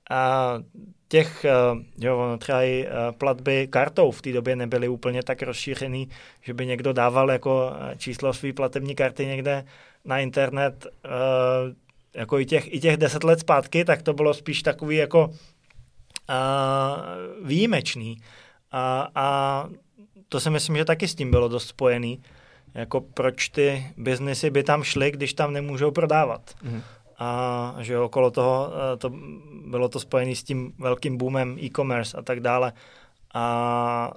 třeba i platby kartou v té době nebyly úplně tak rozšířený, že by někdo dával jako číslo své platební karty někde na internet, jako i těch 10 let zpátky, tak to bylo spíš takový jako výjimečný. A to si myslím, že taky s tím bylo dost spojený. Jako proč ty biznesy by tam šly, když tam nemůžou prodávat. Mm. A že okolo toho bylo to spojené s tím velkým boomem e-commerce a tak dále. A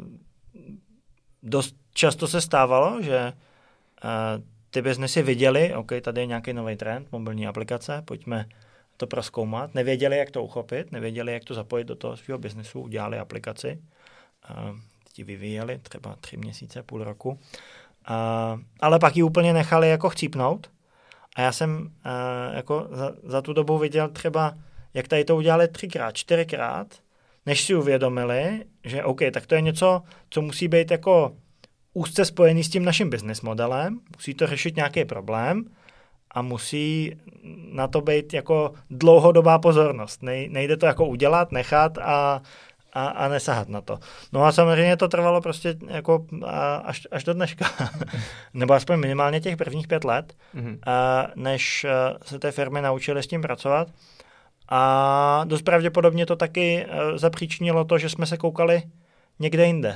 dost často se stávalo, že ty biznesy viděli, OK, tady je nějaký nový trend, mobilní aplikace, pojďme to prozkoumat. Nevěděli, jak to uchopit, nevěděli, jak to zapojit do toho svého biznesu, udělali aplikaci, ti vyvíjeli třeba 3 měsíce, půl roku, ale pak ji úplně nechali jako chcípnout. A já jsem jako za tu dobu viděl třeba, jak tady to udělali 3x, 4x, než si uvědomili, že OK, tak to je něco, co musí být jako úzce spojený s tím naším business modelem, musí to řešit nějaký problém a musí na to být jako dlouhodobá pozornost. Nejde to jako udělat, nechat a nesahat na to. No a samozřejmě to trvalo prostě jako až do dneška. Nebo aspoň minimálně těch prvních 5 let, než se té firmy naučily s tím pracovat. A dost pravděpodobně to taky zapříčinilo to, že jsme se koukali někde jinde.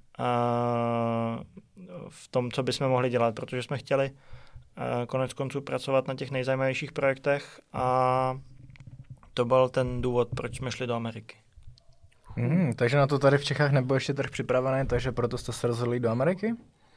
V tom, co bychom mohli dělat, protože jsme chtěli konec konců pracovat na těch nejzajímavějších projektech a to byl ten důvod, proč jsme šli do Ameriky. Takže na to tady v Čechách nebyl ještě trh připravený, takže proto jste se rozhodli do Ameriky?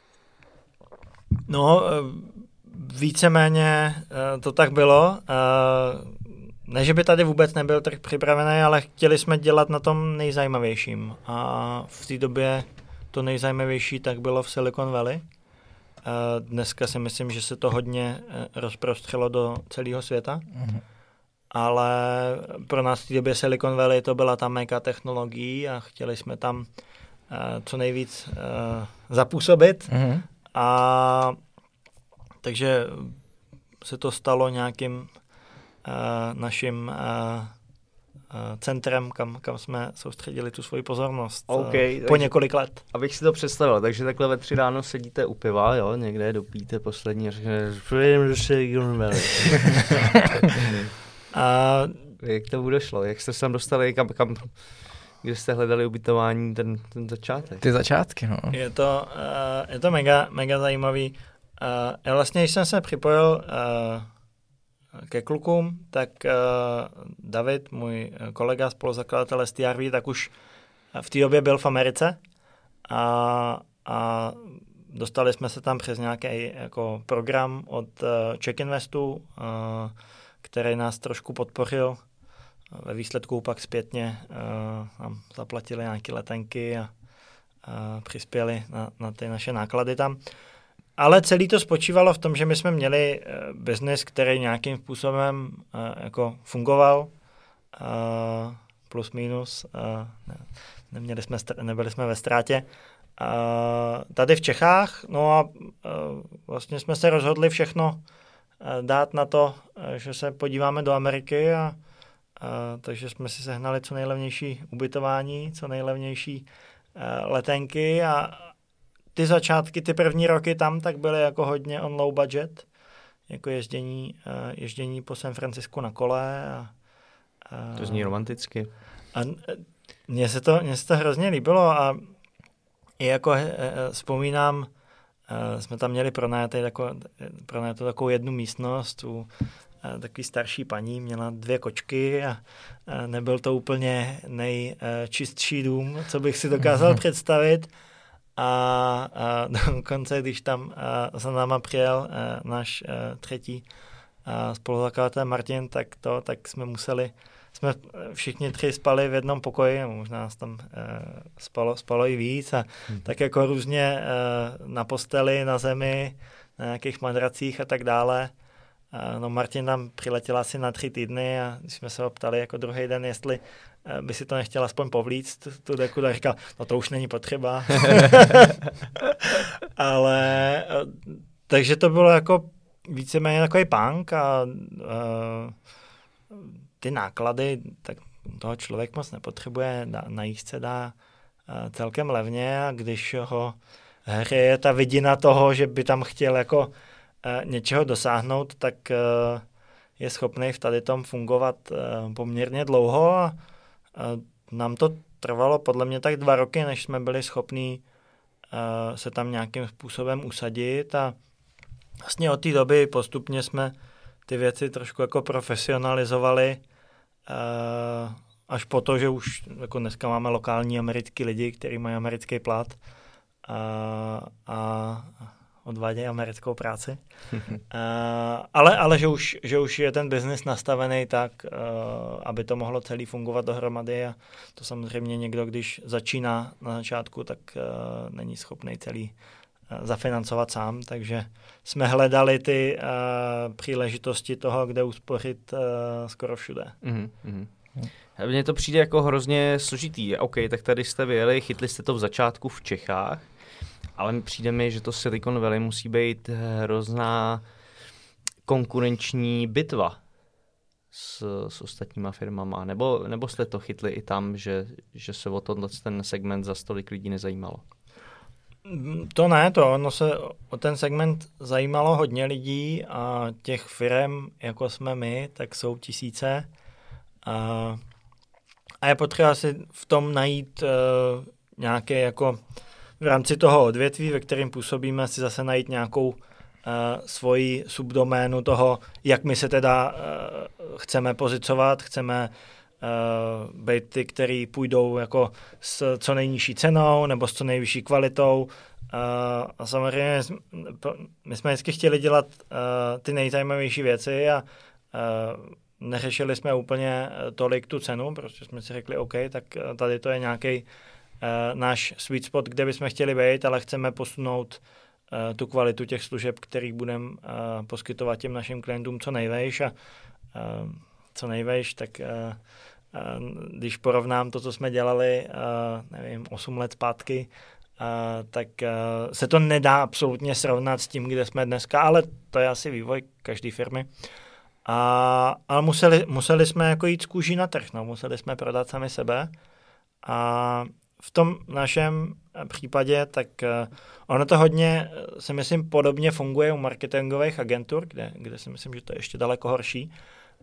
No, víceméně to tak bylo. Ne, že by tady vůbec nebyl trh připravený, ale chtěli jsme dělat na tom nejzajímavějším. A v té době to nejzajímavější tak bylo v Silicon Valley. Dneska si myslím, že se to hodně rozprostřelo do celého světa. Ale pro nás v té době Silicon Valley to byla ta meka technologií a chtěli jsme tam co nejvíc zapůsobit. A takže se to stalo nějakým naším centrem, kam jsme soustředili tu svoji pozornost po několik let. Abych si to představil, takže takhle ve 3 ráno sedíte u piva, jo, někde dopíte poslední a řeknete, jak to bude šlo? Jak jste se tam dostali, kam kde jste hledali ubytování, ten začátek? Ty začátky, no. Je to mega zajímavý. Já vlastně, když jsem se připojil ke klukům, tak David, můj kolega, spoluzakladatel STRV, tak už v té době byl v Americe a dostali jsme se tam přes nějaký jako program od Czech Investu, který nás trošku podpořil. Ve výsledku pak zpětně nám zaplatili nějaké letenky a přispěli na ty naše náklady tam. Ale celý to spočívalo v tom, že my jsme měli biznis, který nějakým způsobem jako fungoval, plus minus, nebyli jsme ve ztrátě. Tady v Čechách, no a vlastně jsme se rozhodli všechno dát na to, že se podíváme do Ameriky takže jsme si sehnali co nejlevnější ubytování, co nejlevnější letenky a ty začátky, ty první roky tam tak byly jako hodně on low budget, jako ježdění po San Francisku na kole. To zní romanticky. A mně se to hrozně líbilo a i jako vzpomínám, jsme tam měli pronajatou takovou jednu místnost u takový starší paní, měla 2 kočky a nebyl to úplně nejčistší dům, co bych si dokázal představit. A dokonce, když tam za náma přijel náš třetí spoluzakladatel Martin, tak jsme všichni 3 spali v jednom pokoji, možná nás tam spalo i víc a tak jako různě na posteli, na zemi, na nějakých madracích a tak dále. No Martin tam přiletěl asi na 3 týdny a když jsme se ho ptali jako druhý den, jestli by si to nechtěl aspoň povlíct tu deku, tak říkal, no to už není potřeba. Ale takže to bylo jako víceméně takový punk a ty náklady, tak toho člověk moc nepotřebuje, na jízdce dá celkem levně a když ho hřeje ta vidina toho, že by tam chtěl jako něčeho dosáhnout, tak je schopný v tady tom fungovat poměrně dlouho a nám to trvalo podle mě tak 2 roky, než jsme byli schopní se tam nějakým způsobem usadit a vlastně od té doby postupně jsme ty věci trošku jako profesionalizovali až po to, že už jako dneska máme lokální americký lidi, kteří mají americký plat a odvádějí americkou práci. Ale že už je ten biznis nastavený tak, aby to mohlo celý fungovat dohromady a to samozřejmě někdo, když začíná na začátku, tak není schopný celý zafinancovat sám, takže jsme hledali ty příležitosti toho, kde uspořit skoro všude. Mně to přijde jako hrozně složitý. OK, tak tady jste vyjeli, chytli jste to v začátku v Čechách, ale přijde mi, že to Silicon Valley musí být hrozná konkurenční bitva s ostatníma firmama. Nebo jste to chytli i tam, že se o ten segment za tolik lidí nezajímalo? To ne, ono se o ten segment zajímalo hodně lidí a těch firm, jako jsme my, tak jsou tisíce. A je potřeba si v tom najít nějaké jako v rámci toho odvětví, ve kterém působíme, si zase najít nějakou svoji subdoménu toho, jak my se teda chceme pozicovat, chceme být ty, který půjdou jako s co nejnižší cenou nebo s co nejvyšší kvalitou. A samozřejmě my jsme vždycky chtěli dělat ty nejzajímavější věci a neřešili jsme úplně tolik tu cenu, protože jsme si řekli, OK, tak tady to je nějaký náš sweet spot, kde bychom chtěli být, ale chceme posunout tu kvalitu těch služeb, kterých budeme poskytovat těm našim klientům co nejvejš a co nejvejš, tak když porovnám to, co jsme dělali, nevím, 8 let zpátky tak se to nedá absolutně srovnat s tím, kde jsme dneska, ale to je asi vývoj každé firmy. Ale museli jsme jako jít z kůží na trh, no. Museli jsme prodat sami sebe a v tom našem případě, tak ono to hodně, si myslím, podobně funguje u marketingových agentur, kde si myslím, že to je ještě daleko horší,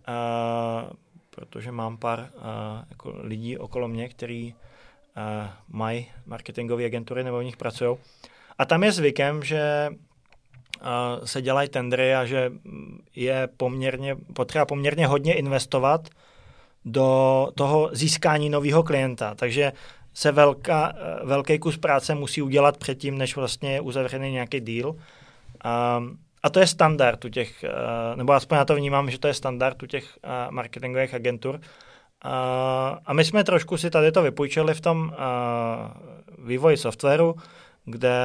protože mám pár jako lidí okolo mě, kteří mají marketingové agentury nebo v nich pracují. A tam je zvykem, že se dělají tendry a že je potřeba poměrně hodně investovat do toho získání nového klienta. Takže se velký kus práce musí udělat předtím, než vlastně je uzavřený nějaký deal. A to je standard u těch, nebo aspoň já to vnímám, že to je standard u těch marketingových agentur. A my jsme trošku si tady to vypůjčili v tom vývoji softwaru, kde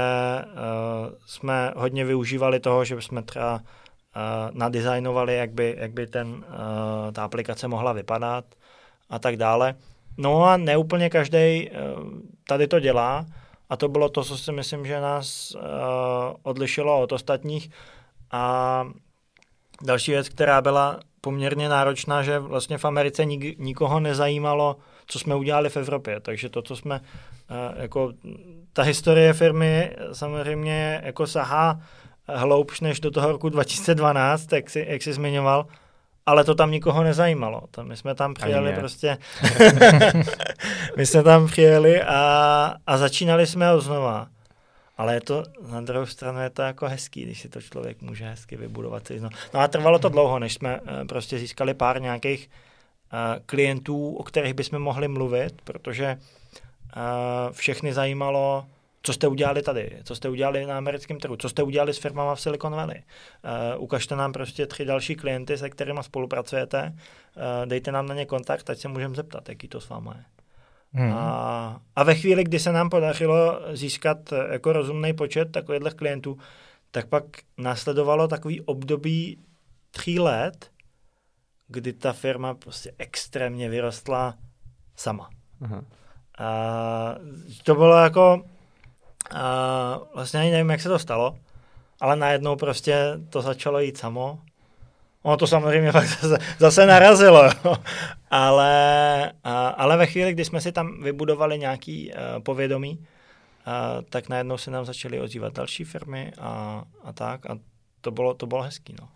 jsme hodně využívali toho, že jsme třeba nadizajnovali, jak by ta aplikace mohla vypadat a tak dále. No a neúplně každý tady to dělá a to bylo to, co si myslím, že nás odlišilo od ostatních. A další věc, která byla poměrně náročná, že vlastně v Americe nikoho nezajímalo, co jsme udělali v Evropě. Takže to, co jsme, jako ta historie firmy samozřejmě jako sahá hloubš než do toho roku 2012, jak jsi zmiňoval, ale to tam nikoho nezajímalo. My jsme tam přijeli prostě, my jsme tam přijeli a začínali jsme od znova. Ale je to, na druhou stranu je to jako hezký, když si to člověk může hezky vybudovat. No a trvalo to dlouho, než jsme prostě získali pár nějakých klientů, o kterých bychom mohli mluvit, protože všechny zajímalo, co jste udělali tady, co jste udělali na americkém trhu, co jste udělali s firmama v Silicon Valley. Ukažte nám prostě 3 další klienty, se kterými spolupracujete, dejte nám na ně kontakt, ať se můžeme zeptat, jaký to s váma je. A ve chvíli, kdy se nám podařilo získat jako rozumný počet takovýchhle klientů, tak pak následovalo takový období 3 let, kdy ta firma prostě extrémně vyrostla sama. To bylo jako vlastně ani nevím, jak se to stalo, ale najednou prostě to začalo jít samo. Ono to samozřejmě zase narazilo, jo. Ale ve chvíli, kdy jsme si tam vybudovali nějaký povědomí, tak najednou se nám začaly ozývat další firmy a tak. A to bylo hezký, no.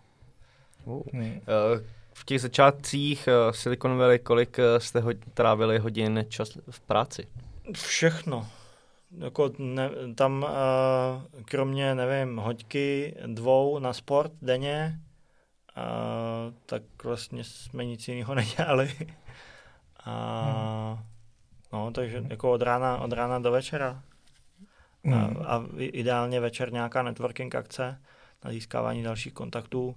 V těch začátcích Silicon Valley, kolik jste trávili hodin čas v práci? Všechno. Jako tam kromě, nevím, hoďky 2 na sport denně, tak vlastně jsme nic jiného nedělali. No, takže jako od rána do večera. A ideálně večer nějaká networking akce na získávání dalších kontaktů.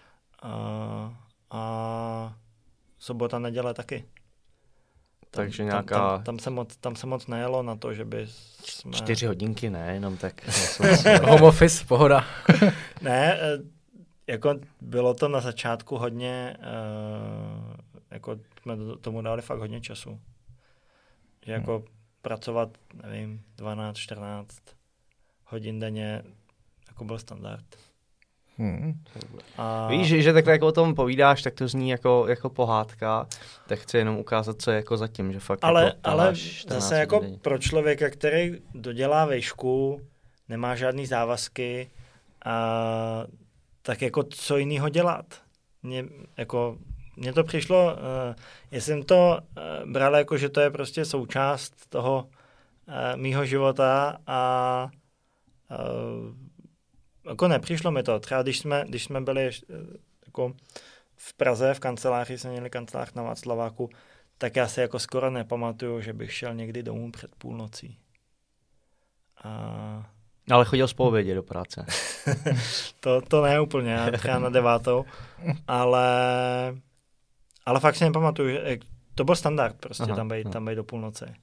A sobota, neděle taky. Takže nějaká... Tam se moc nejelo na to, že by jsme... 4 hodinky, ne, jenom tak. Home office, pohoda. Ne, jako bylo to na začátku hodně, jako jsme tomu dali fakt hodně času. Že jako pracovat, nevím, 12-14 hodin denně, jako byl standard. Víš, že takhle jako o tom povídáš, tak to zní jako pohádka, tak chci jenom ukázat, co je jako zatím, že fakt ale zase jako denně. Pro člověka, který dodělá vejšku, nemá žádný závazky, tak jako co jinýho dělat? Mně to přišlo, já jsem to bral jako, že to je prostě součást toho mýho života a jako nepřišlo mi to. Třeba když jsme byli jako v Praze, v kanceláři, jsme měli kancelář na Václaváku, tak já si jako skoro nepamatuju, že bych šel někdy domů před půlnocí. Ale chodil jsi po obědě do práce. to ne úplně, třeba na 9. Ale fakt si nepamatuju, že to byl standard prostě tam být do půlnoci.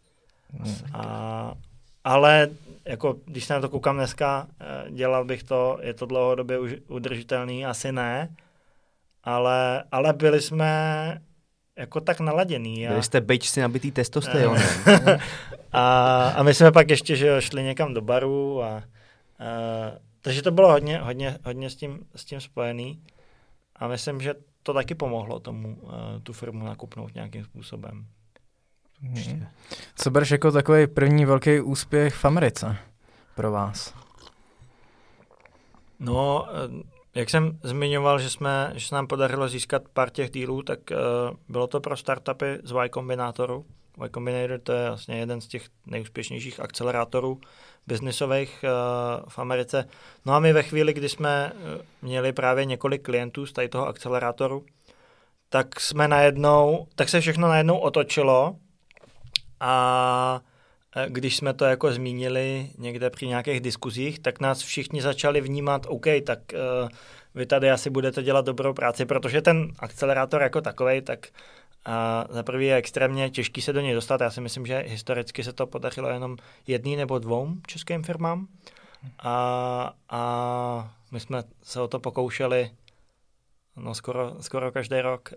Ale jako, když se na to koukám dneska, dělal bych to, je to dlouhodobě udržitelný, asi ne, ale byli jsme jako tak naladěný. Byli jste bejčci nabitý testosteronem. A my jsme pak ještě, že šli někam do baru takže to bylo hodně s tím spojený a myslím, že to taky pomohlo tomu tu firmu nakupnout nějakým způsobem. Co bereš jako takový první velký úspěch v Americe pro vás? No, jak jsem zmiňoval, že se nám podařilo získat pár těch dílů, tak bylo to pro startupy z Y Combinatoru. Y Combinator to je vlastně jeden z těch nejúspěšnějších akcelerátorů biznisových v Americe. No a my ve chvíli, kdy jsme měli právě několik klientů z tady toho akcelerátoru, tak se všechno najednou otočilo a když jsme to jako zmínili někde při nějakých diskuzích, tak nás všichni začali vnímat, OK, tak vy tady asi budete dělat dobrou práci, protože ten akcelerátor jako takovej, tak za prvý je extrémně těžký se do něj dostat. Já si myslím, že historicky se to podařilo jenom 1 nebo 2 českým firmám. A my jsme se o to pokoušeli skoro každý rok.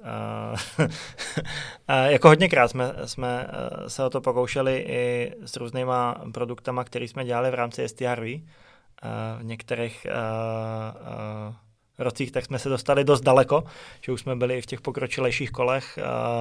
Jako hodněkrát jsme se o to pokoušeli i s různýma produktama, které jsme dělali v rámci STRV. V některých rocích tak jsme se dostali dost daleko, že už jsme byli i v těch pokročilejších kolech,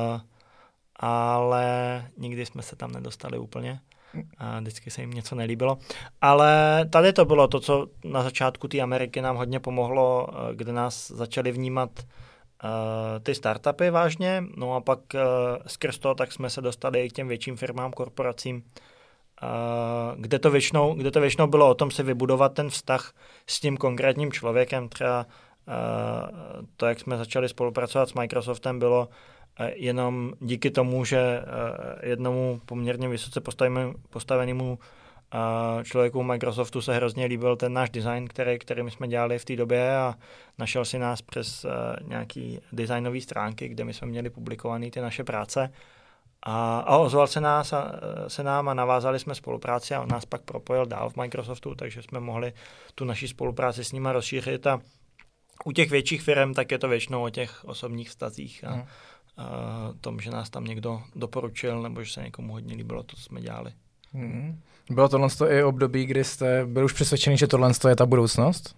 ale nikdy jsme se tam nedostali úplně. Vždycky se jim něco nelíbilo. Ale tady to bylo to, co na začátku té Ameriky nám hodně pomohlo, kde nás začali vnímat ty startupy vážně, no a pak skrz to tak jsme se dostali i k těm větším firmám, korporacím, kde to většinou bylo o tom si vybudovat ten vztah s tím konkrétním člověkem. Třeba to, jak jsme začali spolupracovat s Microsoftem, bylo jenom díky tomu, že jednomu poměrně vysoce postavenému člověku Microsoftu se hrozně líbil ten náš design, který my jsme dělali v té době a našel si nás přes nějaký designové stránky, kde my jsme měli publikované ty naše práce. A ozval se nám a navázali jsme spolupráci a on nás pak propojil dál v Microsoftu, takže jsme mohli tu naši spolupráci s nima rozšířit a u těch větších firm tak je to většinou o těch osobních vztazích a tom, že nás tam někdo doporučil nebo že se někomu hodně líbilo to, co jsme dělali. Bylo tohle i období, kdy jste byl už přesvědčený, že tohle je ta budoucnost?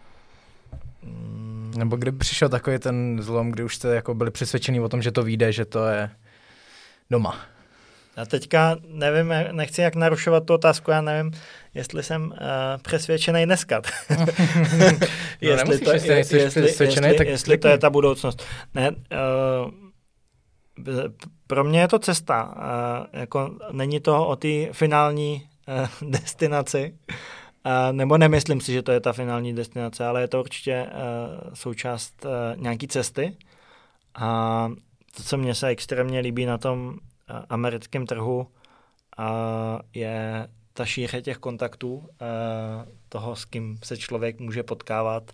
Nebo kdy přišel takový ten zlom, kdy už jste jako byli přesvědčený o tom, že to vyjde, že to je doma? Já teďka nevím, nechci jak narušovat tu otázku, já nevím, jestli jsem přesvědčený dneska. Jestli to je ta budoucnost. Ne, pro mě je to cesta. Jako není to o té finální destinaci, nebo nemyslím si, že to je ta finální destinace, ale je to určitě součást nějaký cesty. A to, co mně se extrémně líbí na tom americkém trhu, je ta šíře těch kontaktů, toho, s kým se člověk může potkávat.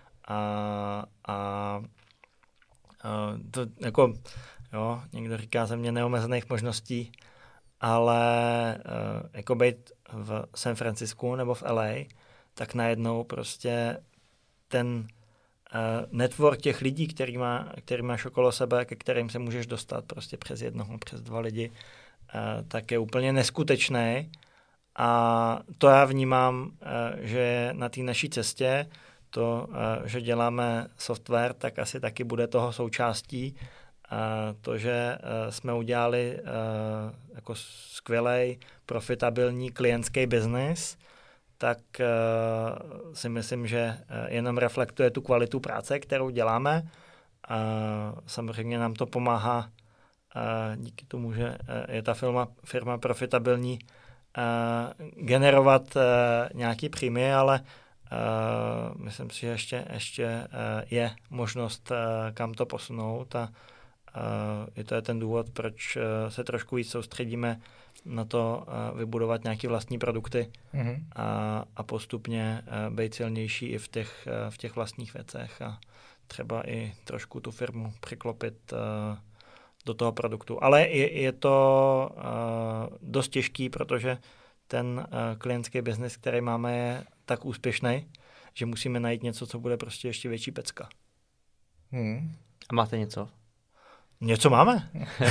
To jako, jo, někdo říká země neomezených možností, ale jako být v San Francisku nebo v LA, tak najednou prostě ten network těch lidí, který máš okolo sebe, ke kterým se můžeš dostat prostě přes 1, přes 2 lidi, tak je úplně neskutečný. A to já vnímám, že na té naší cestě to, že děláme software, tak asi taky bude toho součástí. To, že jsme udělali jako skvělej, profitabilní klientský biznis, tak si myslím, že jenom reflektuje tu kvalitu práce, kterou děláme. Samozřejmě nám to pomáhá díky tomu, že je ta firma profitabilní, generovat nějaký příjmy, ale myslím si, že ještě je možnost, kam to posunout a to je ten důvod, proč se trošku víc soustředíme na to vybudovat nějaké vlastní produkty a postupně být silnější i v těch vlastních věcech a třeba i trošku tu firmu přiklopit do toho produktu. Ale je to dost těžký, protože ten klientský biznis, který máme, je tak úspěšný, že musíme najít něco, co bude prostě ještě větší pecka. A máte něco? Něco máme.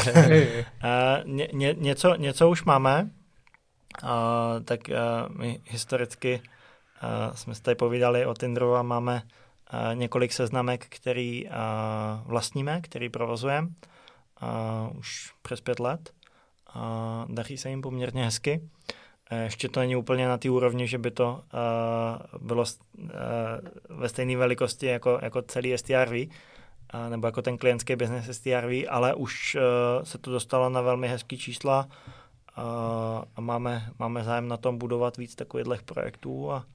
Něco už máme. Tak my historicky jsme si tady povídali o Tinderu a máme několik seznamek, který vlastníme, který provozujeme už přes 5 let. Daří se jim poměrně hezky. Ještě to není úplně na té úrovni, že by to bylo ve stejné velikosti jako celý STRV, nebo jako ten klientský business STRV, ale už se to dostalo na velmi hezký čísla a máme zájem na tom budovat víc takových projektů a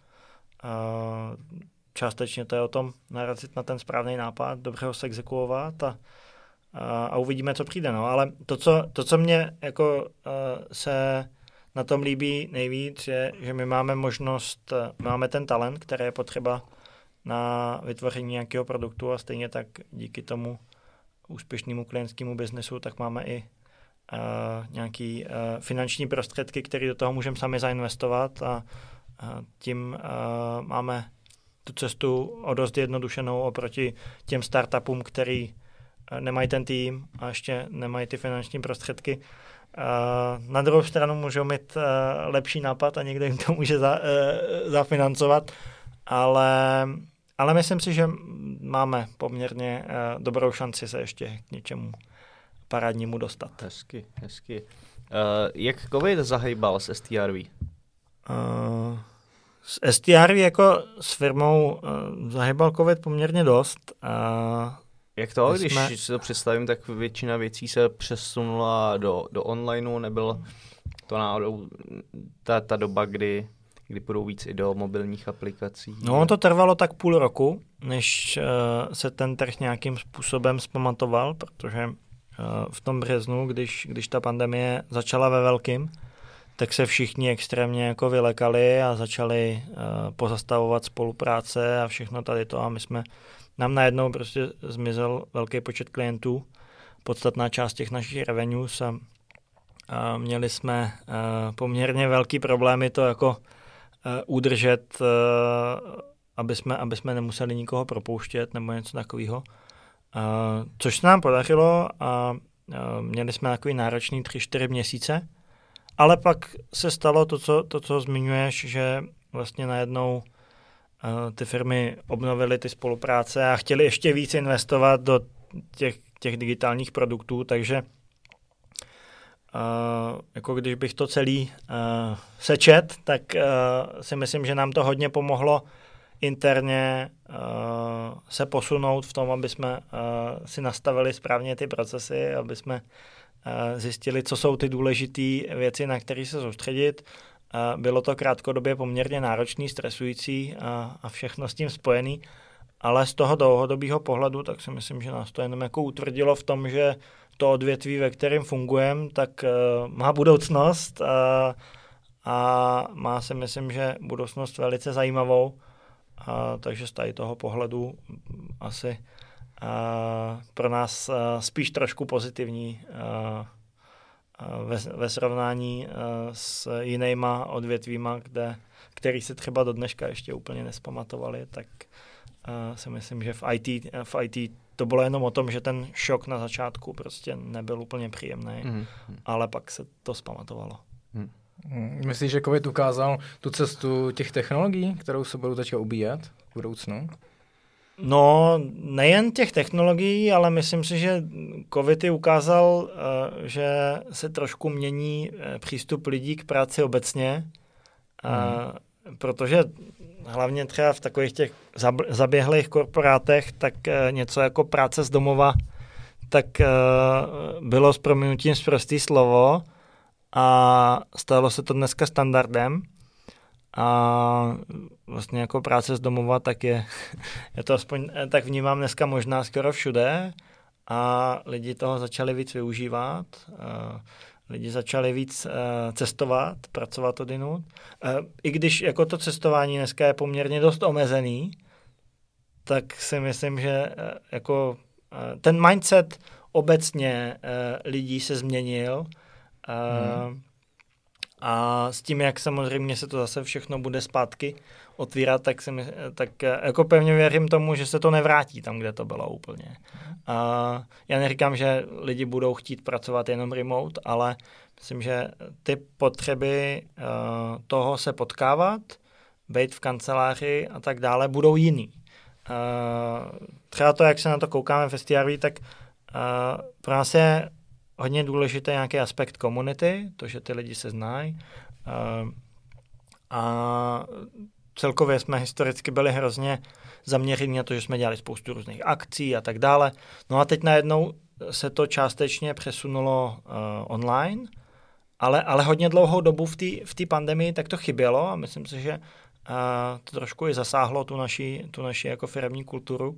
částečně to je o tom narazit na ten správný nápad, dobře ho exekuovat a uvidíme, co přijde. No. Ale to, co mě jako se na tom líbí nejvíc, je, že my máme možnost, máme ten talent, který je potřeba na vytvoření nějakého produktu a stejně tak díky tomu úspěšnému klientskému biznesu, tak máme i nějaký finanční prostředky, které do toho můžeme sami zainvestovat a tím máme tu cestu o dost jednodušenou oproti těm startupům, který nemají ten tým a ještě nemají ty finanční prostředky. Na druhou stranu můžou mít lepší nápad a někdo jim to může zafinancovat, ale myslím si, že máme poměrně dobrou šanci se ještě k něčemu parádnímu dostat. Hezky. Jak COVID zahejbal s STRV? S STRV jako s firmou zahejbal COVID poměrně dost. Jak to, když si to představím, tak většina věcí se přesunula do onlineu, nebyl to náhodou ta doba, kdy půjdou víc i do mobilních aplikací? No, to trvalo tak půl roku, než se ten trh nějakým způsobem zpamatoval, protože v tom březnu, když ta pandemie začala ve velkým, tak se všichni extrémně jako vylekali a začali pozastavovat spolupráce a všechno tady to a nám najednou prostě zmizel velký počet klientů, podstatná část těch našich revenues a měli jsme poměrně velký problémy to jako udržet, aby jsme nemuseli nikoho propouštět nebo něco takového. Což se nám podařilo a měli jsme takový náročný 3-4 měsíce, ale pak se stalo to, co zmiňuješ, že vlastně najednou ty firmy obnovily ty spolupráce a chtěli ještě víc investovat do těch digitálních produktů, takže jako když bych to celý sečet, tak si myslím, že nám to hodně pomohlo interně se posunout v tom, aby jsme si nastavili správně ty procesy, aby jsme zjistili, co jsou ty důležité věci, na které se soustředit. Bylo to krátkodobě poměrně náročný, stresující a všechno s tím spojený, ale z toho dlouhodobého pohledu, tak si myslím, že nás to jenom jako utvrdilo v tom, že to odvětví, ve kterém fungujeme, tak má budoucnost a má si myslím, že budoucnost velice zajímavou, takže z tady toho pohledu asi pro nás spíš trošku pozitivní ve srovnání s jinýma odvětvíma, který se třeba do dneška ještě úplně nespamatovali, tak si myslím, že v IT to bylo jenom o tom, že ten šok na začátku prostě nebyl úplně příjemný, ale pak se to zpamatovalo. Myslíš, že COVID ukázal tu cestu těch technologií, kterou se budou teďka ubíjet v budoucnu? No, nejen těch technologií, ale myslím si, že COVID ukázal, že se trošku mění přístup lidí k práci obecně, protože hlavně třeba v takových těch zaběhlých korporátech, tak něco jako práce z domova, tak bylo s prominutím sprostý slovo a stalo se to dneska standardem. A vlastně jako práce z domova, tak je to aspoň, tak vnímám dneska možná skoro všude a lidi toho začali víc využívat, lidi začali víc cestovat, pracovat odinut. I když jako to cestování dneska je poměrně dost omezený, tak si myslím, že jako ten mindset obecně lidí se změnil A s tím, jak samozřejmě se to zase všechno bude zpátky otvírat, tak jako pevně věřím tomu, že se to nevrátí tam, kde to bylo úplně. Já neříkám, že lidi budou chtít pracovat jenom remote, ale myslím, že ty potřeby toho se potkávat, být v kanceláři a tak dále, budou jiný. Třeba to, jak se na to koukáme v STRV, tak pro nás je hodně důležitý nějaký aspekt komunity, to, že ty lidi se znají. A celkově jsme historicky byli hrozně zaměření na to, že jsme dělali spoustu různých akcí a tak dále. No a teď najednou se to částečně přesunulo online, ale hodně dlouhou dobu v té pandemii tak to chybělo a myslím si, že to trošku i zasáhlo tu naši jako firemní kulturu.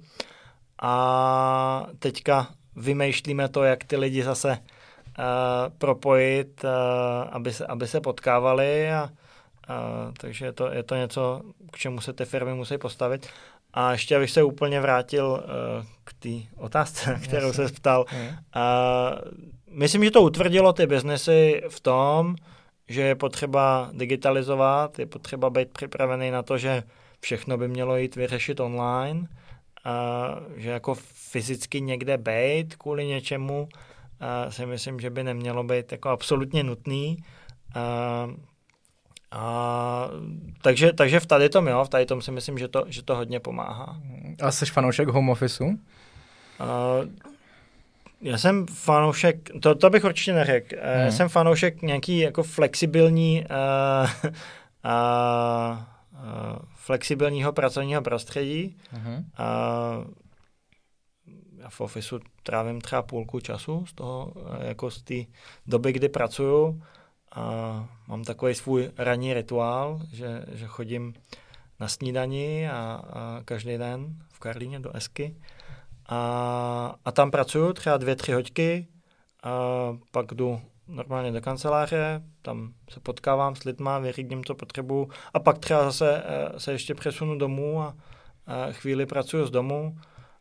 A teďka vymýšlíme to, jak ty lidi zase propojit, aby se potkávali takže je to něco, k čemu se ty firmy musí postavit. A ještě abych se úplně vrátil k té otázce, kterou se ptal. Myslím, že to utvrdilo ty biznesy v tom, že je potřeba digitalizovat, je potřeba být připravený na to, že všechno by mělo jít vyřešit online, že jako fyzicky někde být kvůli něčemu si myslím, že by nemělo být jako absolutně nutný. Takže v tady tom si myslím, že to hodně pomáhá. A jsi fanoušek home officeu? Já jsem fanoušek, to bych určitě neřekl. Já jsem fanoušek nějaký jako flexibilního pracovního prostředí. Já v ofisu trávím třeba půlku času z toho, jako z té doby, kdy pracuju. Mám takový svůj ranní rituál, že chodím na snídani a každý den v Karlíně do Esky. A tam pracuju třeba 2-3 hodiny, pak jdu normálně do kanceláře, tam se potkávám s lidma, vyřídím, co potřebuju a pak třeba zase se ještě přesunu domů a chvíli pracuju z domu.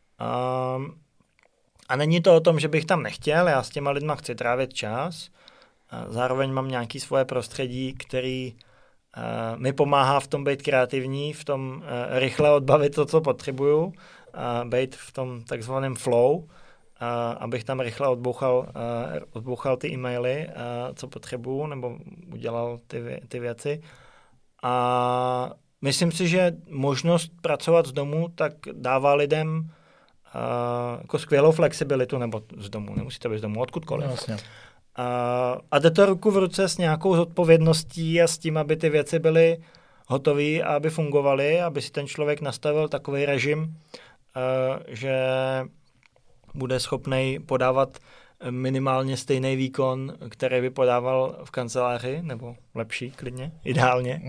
A není to o tom, že bych tam nechtěl, já s těma lidma chci trávit čas, zároveň mám nějaké svoje prostředí, který mi pomáhá v tom být kreativní, v tom rychle odbavit to, co potřebuju, být v tom takzvaném flow, abych tam rychle odbouchal ty e-maily, co potřebuju, nebo udělal ty věci. A myslím si, že možnost pracovat z domu tak dává lidem jako skvělou flexibilitu, nebo z domu, nemusíte být z domu, odkudkoliv. Vlastně. A jde to ruku v ruce s nějakou zodpovědností a s tím, aby ty věci byly hotové a aby fungovaly, aby si ten člověk nastavil takový režim, že bude schopný podávat minimálně stejný výkon, který by podával v kanceláři, nebo lepší klidně, ideálně.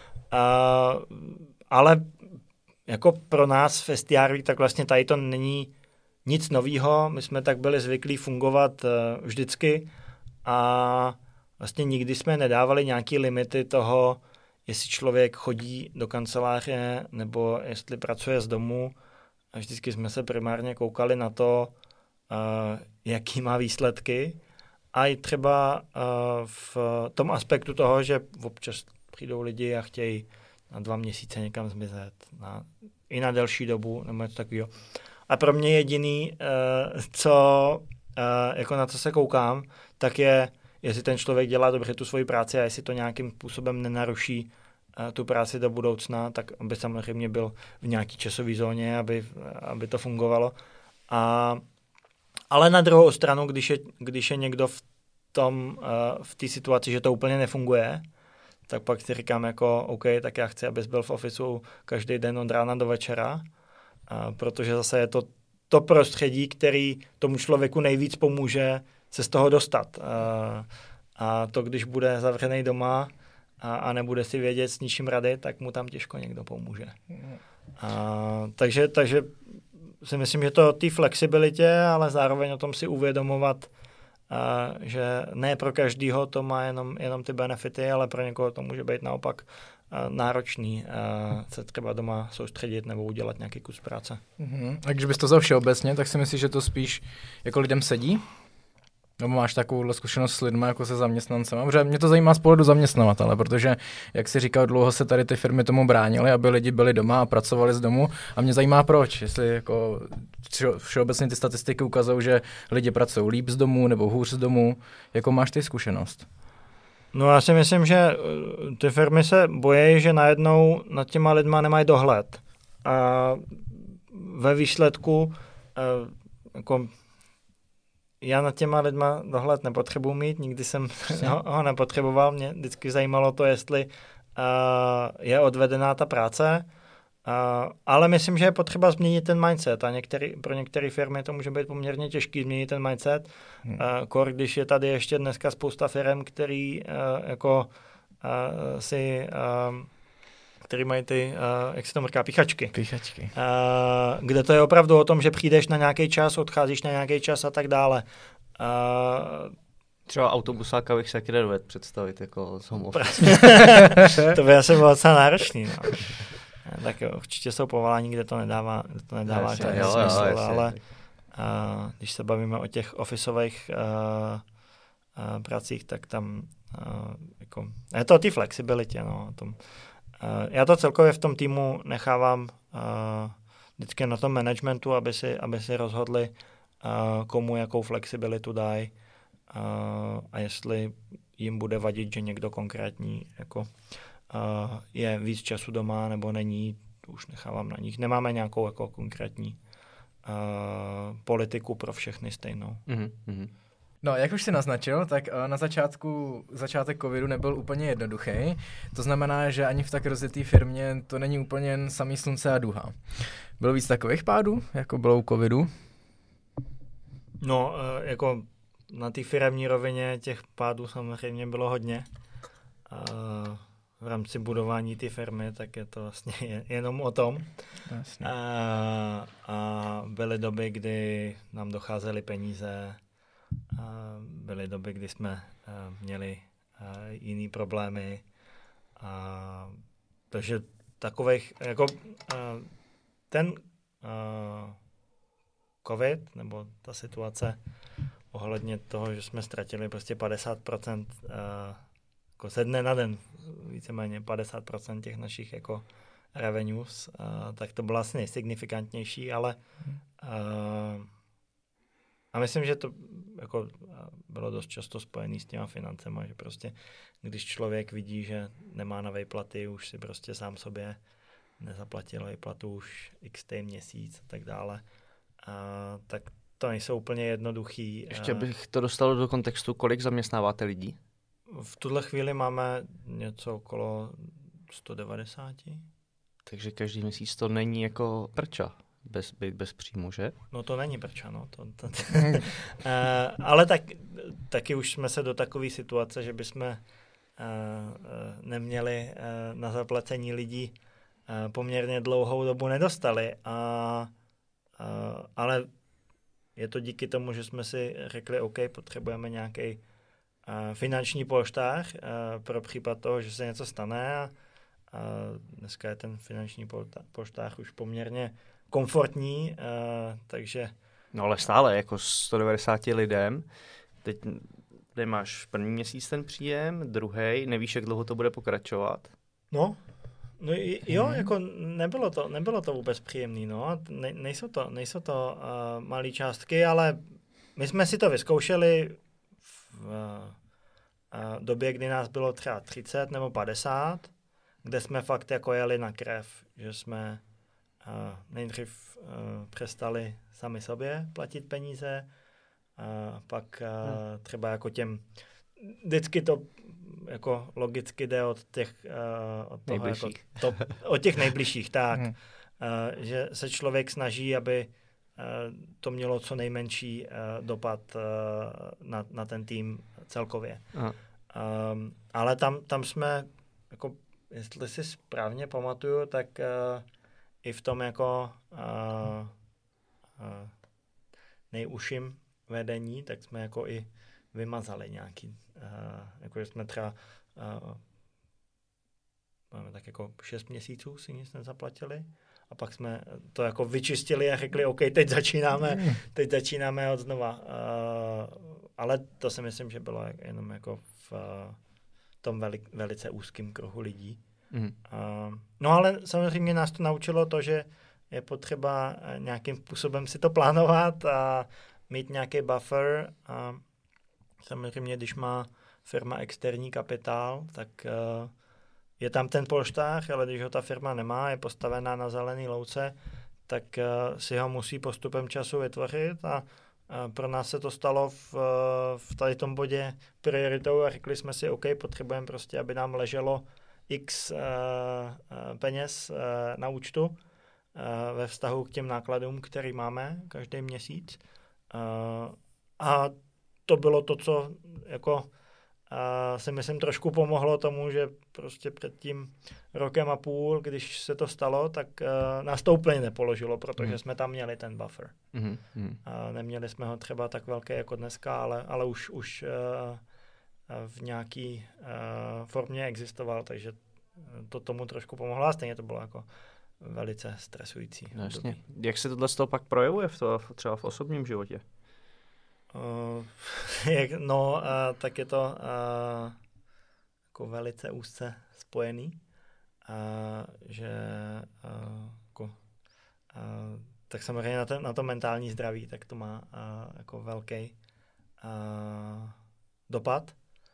Ale jako pro nás v STRV, tak vlastně tady to není nic novýho. My jsme tak byli zvyklí fungovat vždycky a vlastně nikdy jsme nedávali nějaký limity toho, jestli člověk chodí do kanceláře nebo jestli pracuje z domu. A vždycky jsme se primárně koukali na to, jaký má výsledky. A i třeba v tom aspektu toho, že občas přijdou lidi a chtějí na 2 měsíce někam zmizet, i na delší dobu, nebo něco takového. A pro mě jediný, jako na co se koukám, tak je, jestli ten člověk dělá dobře tu svoji práci a jestli to nějakým způsobem nenaruší tu práci do budoucna, tak aby samozřejmě byl v nějaký časové zóně, aby to fungovalo. Ale na druhou stranu, když je někdo v té situaci, že to úplně nefunguje, tak pak si říkám jako OK, tak já chci, abys byl v ofisu každý den od rána do večera, protože zase je to prostředí, který tomu člověku nejvíc pomůže se z toho dostat. A to, když bude zavřený doma a nebude si vědět s ničím rady, tak mu tam těžko někdo pomůže. Takže si myslím, že to o té flexibilitě, ale zároveň o tom si uvědomovat, že ne pro každýho to má jenom ty benefity, ale pro někoho to může být naopak náročný se třeba doma soustředit nebo udělat nějaký kus práce. A když bys to vzal všeobecně, tak si myslíš, že to spíš jako lidem sedí? Nebo máš takovou zkušenost s lidmi jako se zaměstnancem? Protože mě to zajímá z pohledu zaměstnavatele, protože, jak jsi říkal, dlouho se tady ty firmy tomu bránily, aby lidi byli doma a pracovali z domu. A mě zajímá proč. Jestli jako všeobecně ty statistiky ukazují, že lidi pracují líp z domu nebo hůř z domu. Jako máš ty zkušenost? No já si myslím, že ty firmy se bojí, že najednou nad těma lidma nemají dohled. A ve výsledku jako já nad těma lidma dohled nepotřebuji mít, nikdy jsem ho nepotřeboval, mě vždycky zajímalo to, jestli je odvedená ta práce, ale myslím, že je potřeba změnit ten mindset a pro některé firmy to může být poměrně těžký změnit ten mindset, když je tady ještě dneska spousta firm, který který mají ty, jak se tomu říká, píchačky. Kde to je opravdu o tom, že přijdeš na nějaký čas, odcházíš na nějaký čas a tak dále. Třeba autobusáka bych se taky nedovedl představit jako z home office. To by asi bylo docela náročný. No. Tak jo, určitě jsou povolání, kde to nedává smysl, ale když se bavíme o těch officeových pracích, tak tam jako, je to o té flexibilitě. No, o tom. Já to celkově v tom týmu nechávám vždycky na tom managementu, aby si rozhodli, komu jakou flexibilitu dají a jestli jim bude vadit, že někdo konkrétní jako, je víc času doma nebo není, to už nechávám na nich. Nemáme nějakou jako konkrétní politiku pro všechny stejnou. Mm-hmm. No, jak už jsi naznačil, tak na začátek covidu nebyl úplně jednoduchý. To znamená, že ani v tak rozjetý firmě to není úplně jen samý slunce a duha. Bylo víc takových pádů, jako bylo u covidu? No, jako na té firemní rovině těch pádů samozřejmě bylo hodně. V rámci budování té firmy, tak je to vlastně jenom o tom. A byly doby, kdy nám docházely peníze, byly doby, kdy jsme měli jiný problémy. Takže takových, jako ten covid, nebo ta situace ohledně toho, že jsme ztratili prostě 50%, jako ze dne na den, víceméně 50% těch našich jako revenues, tak to bylo asi nejsignifikantnější, ale a myslím, že to jako bylo dost často spojené s těma financema, že prostě když člověk vidí, že nemá na výplaty, už si prostě sám sobě nezaplatil výplatu už x měsíc a tak dále, tak to nejsou úplně jednoduchý. Ještě bych to dostal do kontextu, kolik zaměstnáváte lidí? V tuhle chvíli máme něco okolo 190. Takže každý měsíc to není jako prča. Bez příjmu, že? No to není prča, no. Ale taky už jsme se do takové situace, že bychom neměli na zaplacení lidí poměrně dlouhou dobu nedostali. Ale je to díky tomu, že jsme si řekli, OK, potřebujeme nějaký finanční polštář pro případ toho, že se něco stane a dneska je ten finanční polštář už poměrně komfortní, takže... No ale stále, jako 190 lidem, teď máš první měsíc ten příjem, druhý, nevíš, jak dlouho to bude pokračovat? No jo, jako nebylo to vůbec příjemný, no, nejsou to malé částky, ale my jsme si to vyzkoušeli v době, kdy nás bylo třeba 30 nebo 50, kde jsme fakt jako jeli na krev, že jsme nejdřív přestali sami sobě platit peníze, pak třeba jako těm, vždycky to jako logicky jde od těch nejbližších. Jako od těch nejbližších, tak, že se člověk snaží, aby to mělo co nejmenší dopad na ten tým celkově. Ale tam jsme, jako, jestli si správně pamatuju, tak i v tom jako nejužším vedení, tak jsme jako i vymazali nějaký, jako že jsme třeba máme tak jako 6 měsíců si nic nezaplatili a pak jsme to jako vyčistili a řekli, OK, teď začínáme od znova. ale to si myslím, že bylo jenom jako v tom velice úzkém kruhu lidí. No ale samozřejmě nás to naučilo to, že je potřeba nějakým způsobem si to plánovat a mít nějaký buffer. A samozřejmě, když má firma externí kapitál, tak je tam ten polštář, ale když ho ta firma nemá, je postavená na zelený louce, tak si ho musí postupem času vytvořit a pro nás se to stalo v tady tom bodě prioritou a řekli jsme si, OK, potřebujeme prostě, aby nám leželo x peněz na účtu ve vztahu k těm nákladům, který máme každý měsíc. A to bylo to, co jako si myslím trošku pomohlo tomu, že prostě před tím rokem a půl, když se to stalo, tak nás to úplně nepoložilo, protože jsme tam měli ten buffer. Neměli jsme ho třeba tak velký jako dneska, ale už v nějaký formě existoval, takže to tomu trošku pomohlo a stejně to bylo jako velice stresující. Jasně. Jak se tohle z toho pak projevuje třeba v osobním životě? Tak je to jako velice úzce spojený, tak samozřejmě na to mentální zdraví, tak to má jako velký dopad.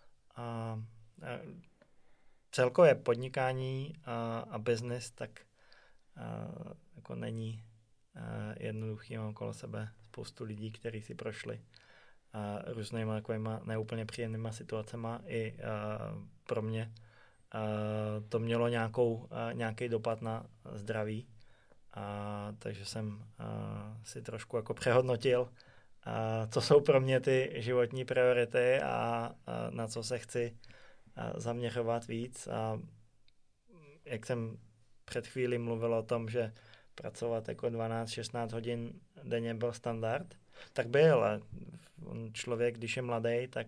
Celkově podnikání a business tak jako není jednoduchý. Mám okolo sebe spoustu lidí, kteří si prošli různýma takovýma neúplně příjemnýma situacema. I pro mě to mělo nějaký dopad na zdraví. Takže jsem si trošku jako přehodnotil, co jsou pro mě ty životní priority a na co se chci zaměřovat víc. A jak jsem před chvílí mluvil o tom, že pracovat jako 12-16 hodin denně byl standard, tak byl. Člověk, když je mladý, tak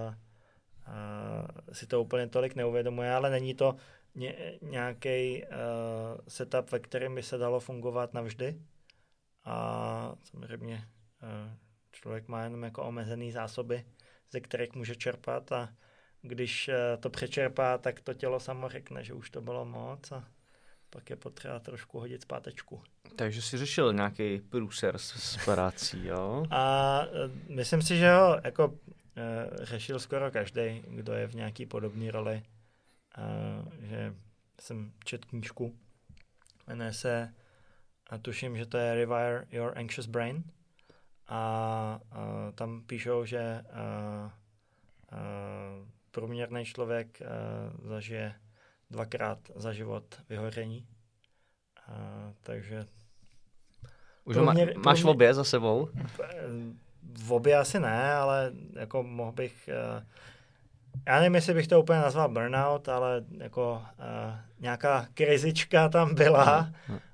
si to úplně tolik neuvědomuje, ale není to nějaký setup, ve kterém by se dalo fungovat navždy. A samozřejmě člověk má jenom jako omezený zásoby, ze kterých může čerpat a když to přečerpá, tak to tělo samo řekne, že už to bylo moc a pak je potřeba trošku hodit zpátečku. Takže jsi řešil nějaký průser s prací, jo? A myslím si, že ho jako řešil skoro každý, kdo je v nějaký podobné roli. Že jsem četl knížku, jmenuje se, tuším, že to je Rewire Your Anxious Brain. A tam píšou, že průměrný člověk zažije 2krát za život vyhoření. Takže... Už máš v obě za sebou? V obě asi ne, ale jako mohl bych... já nevím, jestli bych to úplně nazval burnout, ale jako nějaká krizička tam byla.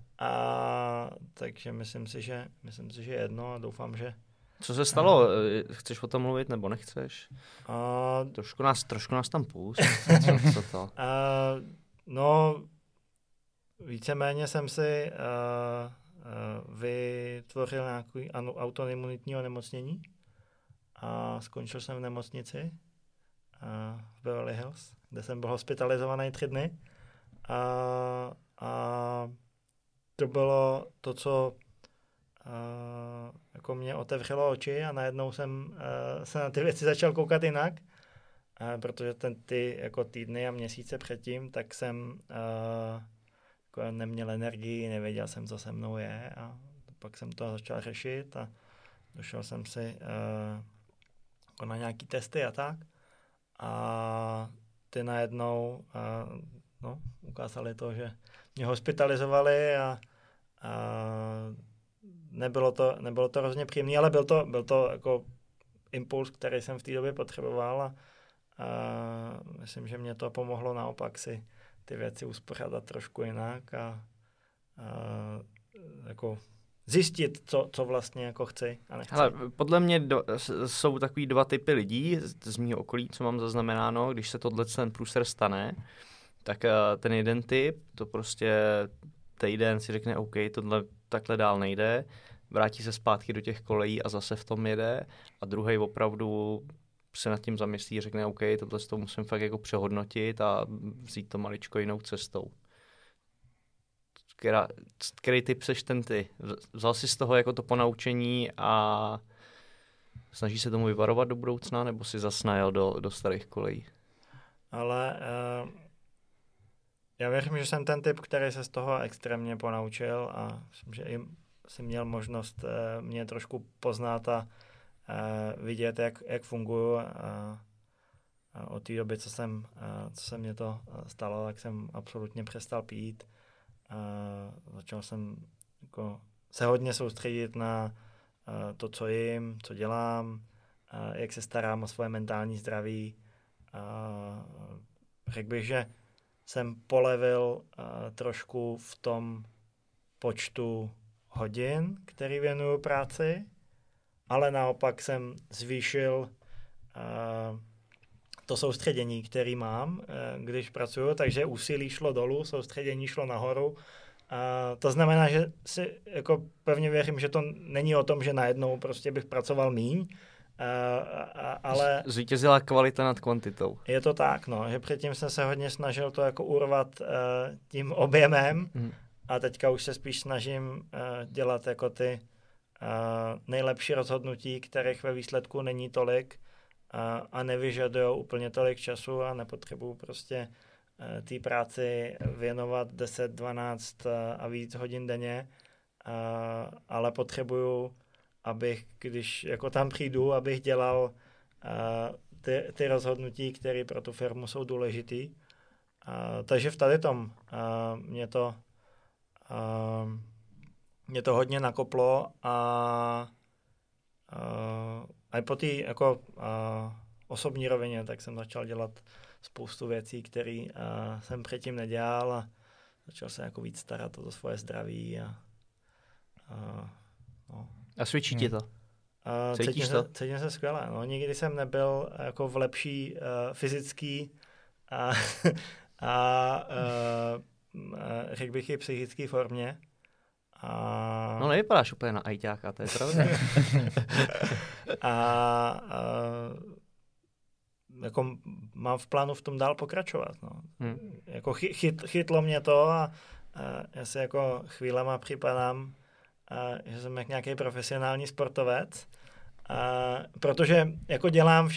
Takže myslím si, že jedno a doufám, že... Co se stalo? Chceš o tom mluvit nebo nechceš? Trošku nás tam pust. Co to? No, víceméně jsem si vytvořil nějaký autoimunitní onemocnění a skončil jsem v nemocnici v Beverly Hills, kde jsem byl hospitalizovaný 3 dny. A to bylo to, co jako mě otevřelo oči a najednou jsem se na ty věci začal koukat jinak, protože ty jako týdny a měsíce předtím, tak jsem jako neměl energii, nevěděl jsem, co se mnou je a pak jsem to začal řešit a došel jsem si jako na nějaký testy a tak a ty najednou ukázali to, že mě hospitalizovali a nebylo to hrozně příjemné, ale byl to jako impuls, který jsem v té době potřeboval a myslím, že mě to pomohlo naopak si ty věci uspořádat trošku jinak a jako zjistit, co vlastně jako chci a nechci. Hele, podle mě jsou takový 2 typy lidí z mého okolí, co mám zaznamenáno, když se ten průser stane, tak ten jeden typ, to prostě týden si řekne OK, tohle takhle dál nejde, vrátí se zpátky do těch kolejí a zase v tom jede a druhý opravdu se nad tím zamyslí, řekne OK, tohle to musím fakt jako přehodnotit a vzít to maličko jinou cestou. Který typ seš ten ty? Vzal jsi z toho jako to ponaučení a snaží se tomu vyvarovat do budoucna, nebo si zas najel do starých kolejí? Ale já věřím, že jsem ten typ, který se z toho extrémně ponaučil a myslím, že jsem měl možnost mě trošku poznat a vidět, jak funguju. A od té doby, co se mě to stalo, tak jsem absolutně přestal pít. Začal jsem jako se hodně soustředit na to, co jim, co dělám, jak se starám o svoje mentální zdraví. Řekl bych, že jsem polevil trošku v tom počtu hodin, který věnuju práci, ale naopak jsem zvýšil to soustředění, který mám, když pracuju, takže úsilí šlo dolů, soustředění šlo nahoru. To znamená, že si jako pevně věřím, že to není o tom, že najednou prostě bych pracoval míň, ale... Zvítězila kvalita nad kvantitou. Je to tak, no, že předtím jsem se hodně snažil to jako urvat tím objemem a teďka už se spíš snažím dělat jako ty nejlepší rozhodnutí, kterých ve výsledku není tolik a nevyžadujou úplně tolik času a nepotřebuju prostě té práci věnovat 10, 12 a víc hodin denně, ale potřebuju, abych, když jako tam přijdu, abych dělal ty rozhodnutí, které pro tu firmu jsou důležitý. Takže v tady tom mě to hodně nakoplo a po té jako osobní rovině, tak jsem začal dělat spoustu věcí, které jsem předtím nedělal a začal se jako víc starat o to svoje zdraví. A svědčí ti to? Cítím se skvěle. No, nikdy jsem nebyl jako v lepší fyzický a řekl bych i psychické formě. No nevypadáš úplně na ajťáka, to je pravda. Jako mám v plánu v tom dál pokračovat. No. Jako chytlo mě to a já si jako chvílema připadám, že jsem jak nějaký profesionální sportovec, protože jako dělám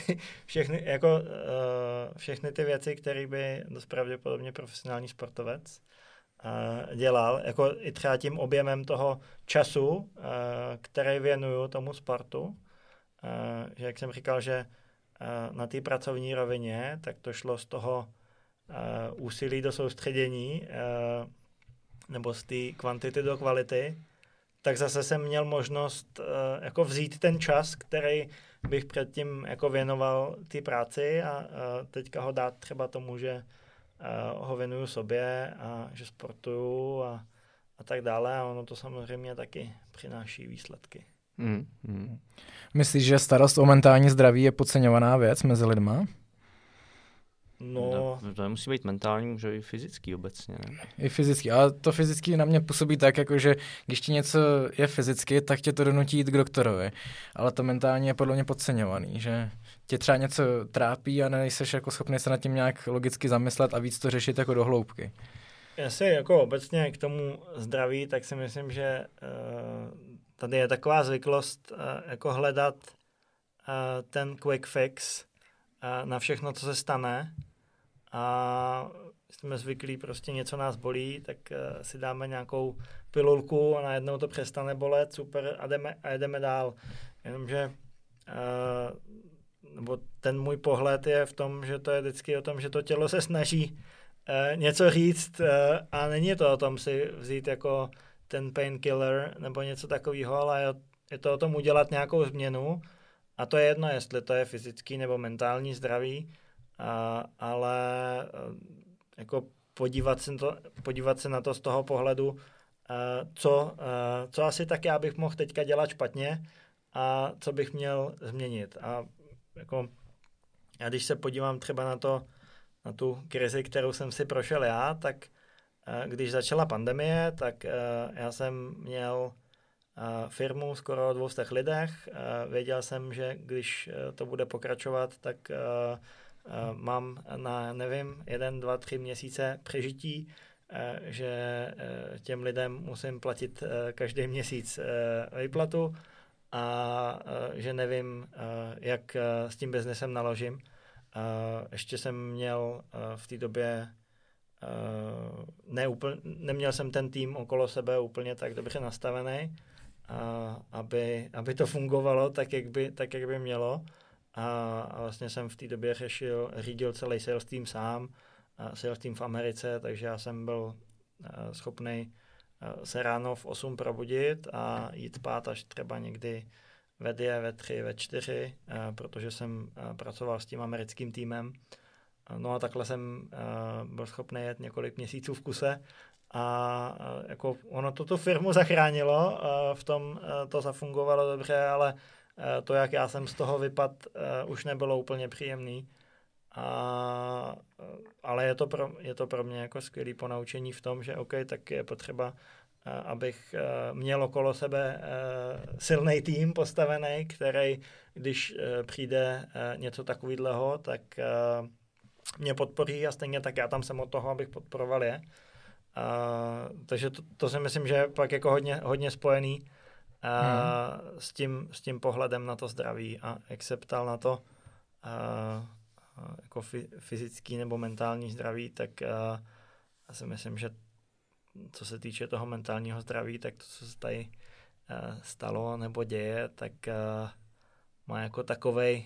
všechny ty věci, které by dost pravděpodobně profesionální sportovec dělal, jako i třeba tím objemem toho času, který věnuju tomu sportu. Že jak jsem říkal, že na té pracovní rovině, tak to šlo z toho úsilí do soustředění nebo z té kvantity do kvality, tak zase jsem měl možnost jako vzít ten čas, který bych předtím jako věnoval té práci a teďka ho dát třeba tomu, že ho věnuju sobě a že sportuju a tak dále a ono to samozřejmě taky přináší výsledky. Myslíš, že starost o mentální zdraví je podceňovaná věc mezi lidma? No, to nemusí být mentální, může být fyzický obecně. Ne? I fyzický, ale to fyzický na mě působí tak, jako že když ti něco je fyzicky, tak tě to donutí jít k doktorovi. Ale to mentální je podle mě podceňovaný, že tě třeba něco trápí a nejseš jako schopný se nad tím nějak logicky zamyslet a víc to řešit jako do hloubky. Já si jako obecně k tomu zdraví, tak si myslím, že tady je taková zvyklost jako hledat ten quick fix na všechno, co se stane. A jsme zvyklí, prostě něco nás bolí, tak si dáme nějakou pilulku a najednou to přestane bolet, super, a jdeme dál. Jenomže nebo ten můj pohled je v tom, že to je vždycky o tom, že to tělo se snaží něco říct a není to o tom si vzít jako ten painkiller nebo něco takového, ale je to o tom udělat nějakou změnu a to je jedno, jestli to je fyzický nebo mentální zdraví, ale jako podívat se na to z toho pohledu, co asi tak já bych mohl teďka dělat špatně a co bych měl změnit. A jako já když se podívám třeba na tu krizi, kterou jsem si prošel já, tak když začala pandemie, tak já jsem měl firmu skoro o 200 lidech. Věděl jsem, že když to bude pokračovat, tak mám na, nevím, 1, 2, 3 měsíce přežití, že těm lidem musím platit každý měsíc výplatu a že nevím, jak s tím biznesem naložím. Ještě jsem měl v té době neměl jsem ten tým okolo sebe úplně tak dobře nastavený, aby to fungovalo tak, jak by mělo. A vlastně jsem v té době řídil celý sales team sám, sales team v Americe, takže já jsem byl schopný se ráno v 8 probudit a jít spát až třeba někdy ve 2, ve 3, ve 4, protože jsem pracoval s tím americkým týmem. No a takhle jsem byl schopný jet několik měsíců v kuse a jako ono tu firmu zachránilo, v tom to zafungovalo dobře, ale to, jak já jsem z toho vypadl, už nebylo úplně příjemný. Ale je to pro mě jako skvělý ponaučení v tom, že OK, tak je potřeba, abych měl okolo sebe silný tým postavený, který, když přijde něco takového, tak mě podpoří a stejně tak já tam jsem od toho, abych podporoval je. Takže to si myslím, že je pak jako hodně spojený s tím pohledem na to zdraví a jak se ptal na to jako fyzický nebo mentální zdraví, tak já si myslím, že co se týče toho mentálního zdraví, tak to, co se tady stalo nebo děje, tak má jako takovej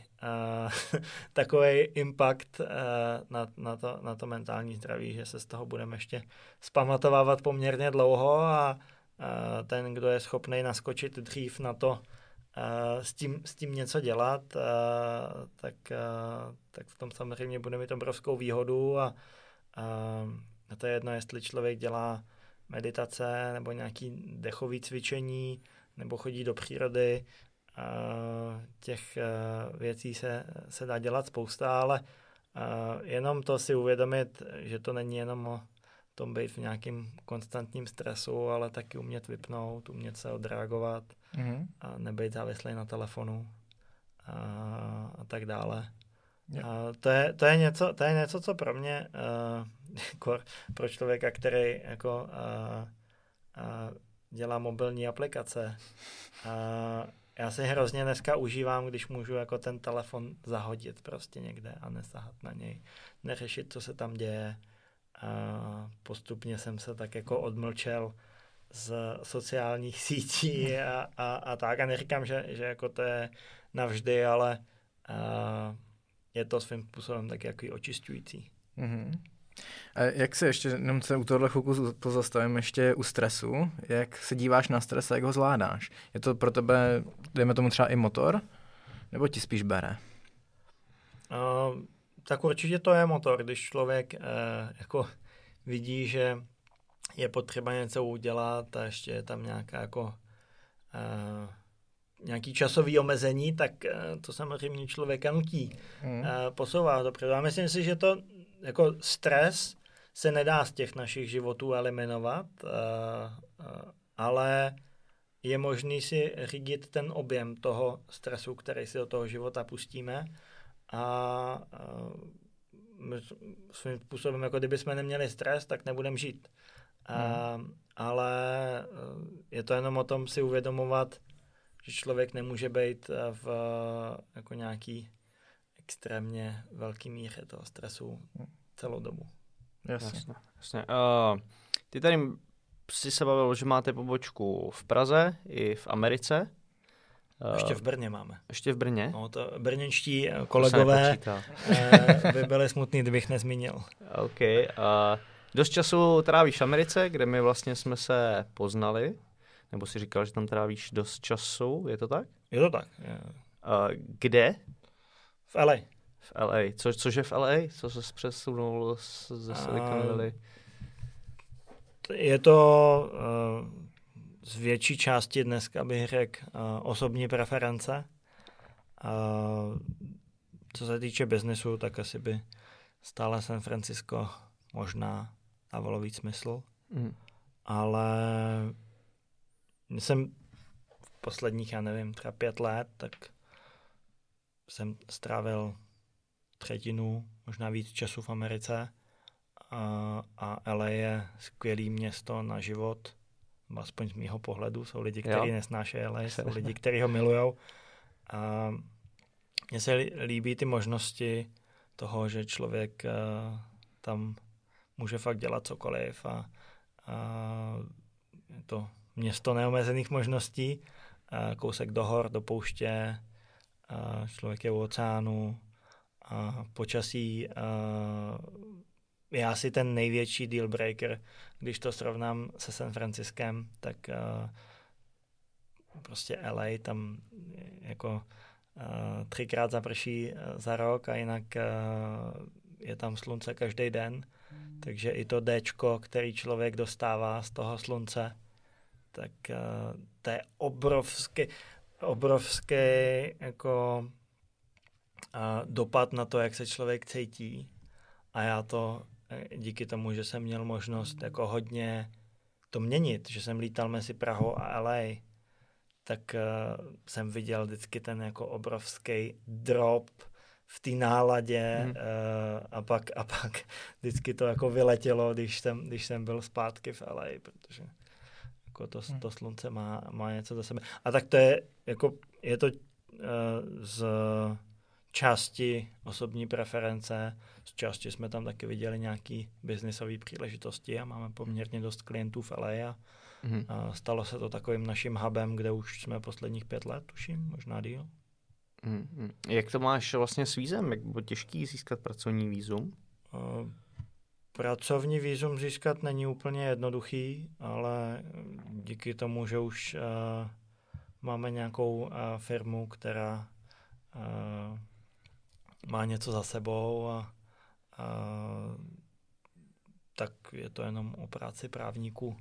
impact na to mentální zdraví, že se z toho budeme ještě zpamatovávat poměrně dlouho a ten, kdo je schopný naskočit dřív na to, s tím něco dělat, tak v tom samozřejmě bude mít obrovskou výhodu a to je jedno, jestli člověk dělá meditace nebo nějaký dechový cvičení nebo chodí do přírody. Těch věcí se dá dělat spousta, ale jenom to si uvědomit, že to není jenom o tom být v nějakým konstantním stresu, ale taky umět vypnout, umět se odreagovat a nebejt závislý na telefonu a tak dále. To je něco, co pro mě, pro člověka, který jako dělá mobilní aplikace, já si hrozně dneska užívám, když můžu jako ten telefon zahodit prostě někde a nesahat na něj, neřešit, co se tam děje. Postupně jsem se tak jako odmlčel z sociálních sítí a tak. A neříkám, že jako to je navždy, ale je to svým způsobem tak jako očišťující. Mm-hmm. A jak se ještě, jenom se u tohohle chvilku pozastavím ještě u stresu, jak se díváš na stres a jak ho zvládáš? Je to pro tebe, dejme tomu třeba i motor, nebo ti spíš bere? Tak určitě to je motor, když člověk jako vidí, že je potřeba něco udělat a ještě je tam nějaká jako nějaký časový omezení, tak to samozřejmě člověka nutí posouvat dopředu. A myslím si, že to jako stres se nedá z těch našich životů eliminovat, ale je možný si řídit ten objem toho stresu, který si do toho života pustíme a svým způsobem, jako kdybychom neměli stres, tak nebudeme žít. Ale je to jenom o tom si uvědomovat, že člověk nemůže být v jako nějaký extrémně velký míře toho stresu celou dobu. Jasně. Ty tady si se bavil, že máte pobočku v Praze i v Americe. Ještě v Brně máme. Ještě v Brně? No, to brněnští kolegové by byli smutný, kdybych nezmínil. OK. Dost času trávíš v Americe, kde my vlastně jsme se poznali. Nebo si říkal, že tam trávíš dost času, je to tak? Je to tak. Kde? V LA. V LA. Cože v LA? Co se přesunul ze Silicon Valley? Je to z větší části dneska bych řekl osobní preference. Co se týče biznesu, tak asi by stále San Francisco možná dávalo víc smysl. Ale jsem posledních, já nevím, třeba 5 let, tak jsem strávil 1/3, možná víc času v Americe a LA je skvělý město na život, aspoň z mýho pohledu. Jsou lidi, kteří nesnášejí LA, jsou lidi, kteří ho milujou. A mně se líbí ty možnosti toho, že člověk tam může fakt dělat cokoliv a je to město neomezených možností, kousek do hor, do pouště, člověk je u oceánu, počasí je asi ten největší deal breaker, když to srovnám se San Franciskem, tak prostě LA tam jako 3krát zaprší za rok a jinak je tam slunce každý den, takže i to Dčko, který člověk dostává z toho slunce, tak to je obrovský jako dopad na to, jak se člověk cítí. A já to díky tomu, že jsem měl možnost jako hodně to měnit, že jsem lítal mezi Prahou a LA, tak jsem viděl vždycky ten jako obrovský drop v té náladě a pak vždycky to jako vyletělo, když jsem byl zpátky v LA, protože jako to slunce má něco do sebe. A tak to je jako, je to z části osobní preference, z části jsme tam taky viděli nějaký biznisové příležitosti a máme poměrně dost klientů v LA a stalo se to takovým naším hubem, kde už jsme posledních 5 let, tuším, možná díl. Jak to máš vlastně s vízem? Jak bylo těžký získat pracovní vízum? Pracovní vízum získat není úplně jednoduchý, ale díky tomu, že už máme nějakou firmu, která má něco za sebou tak je to jenom o práci právníků.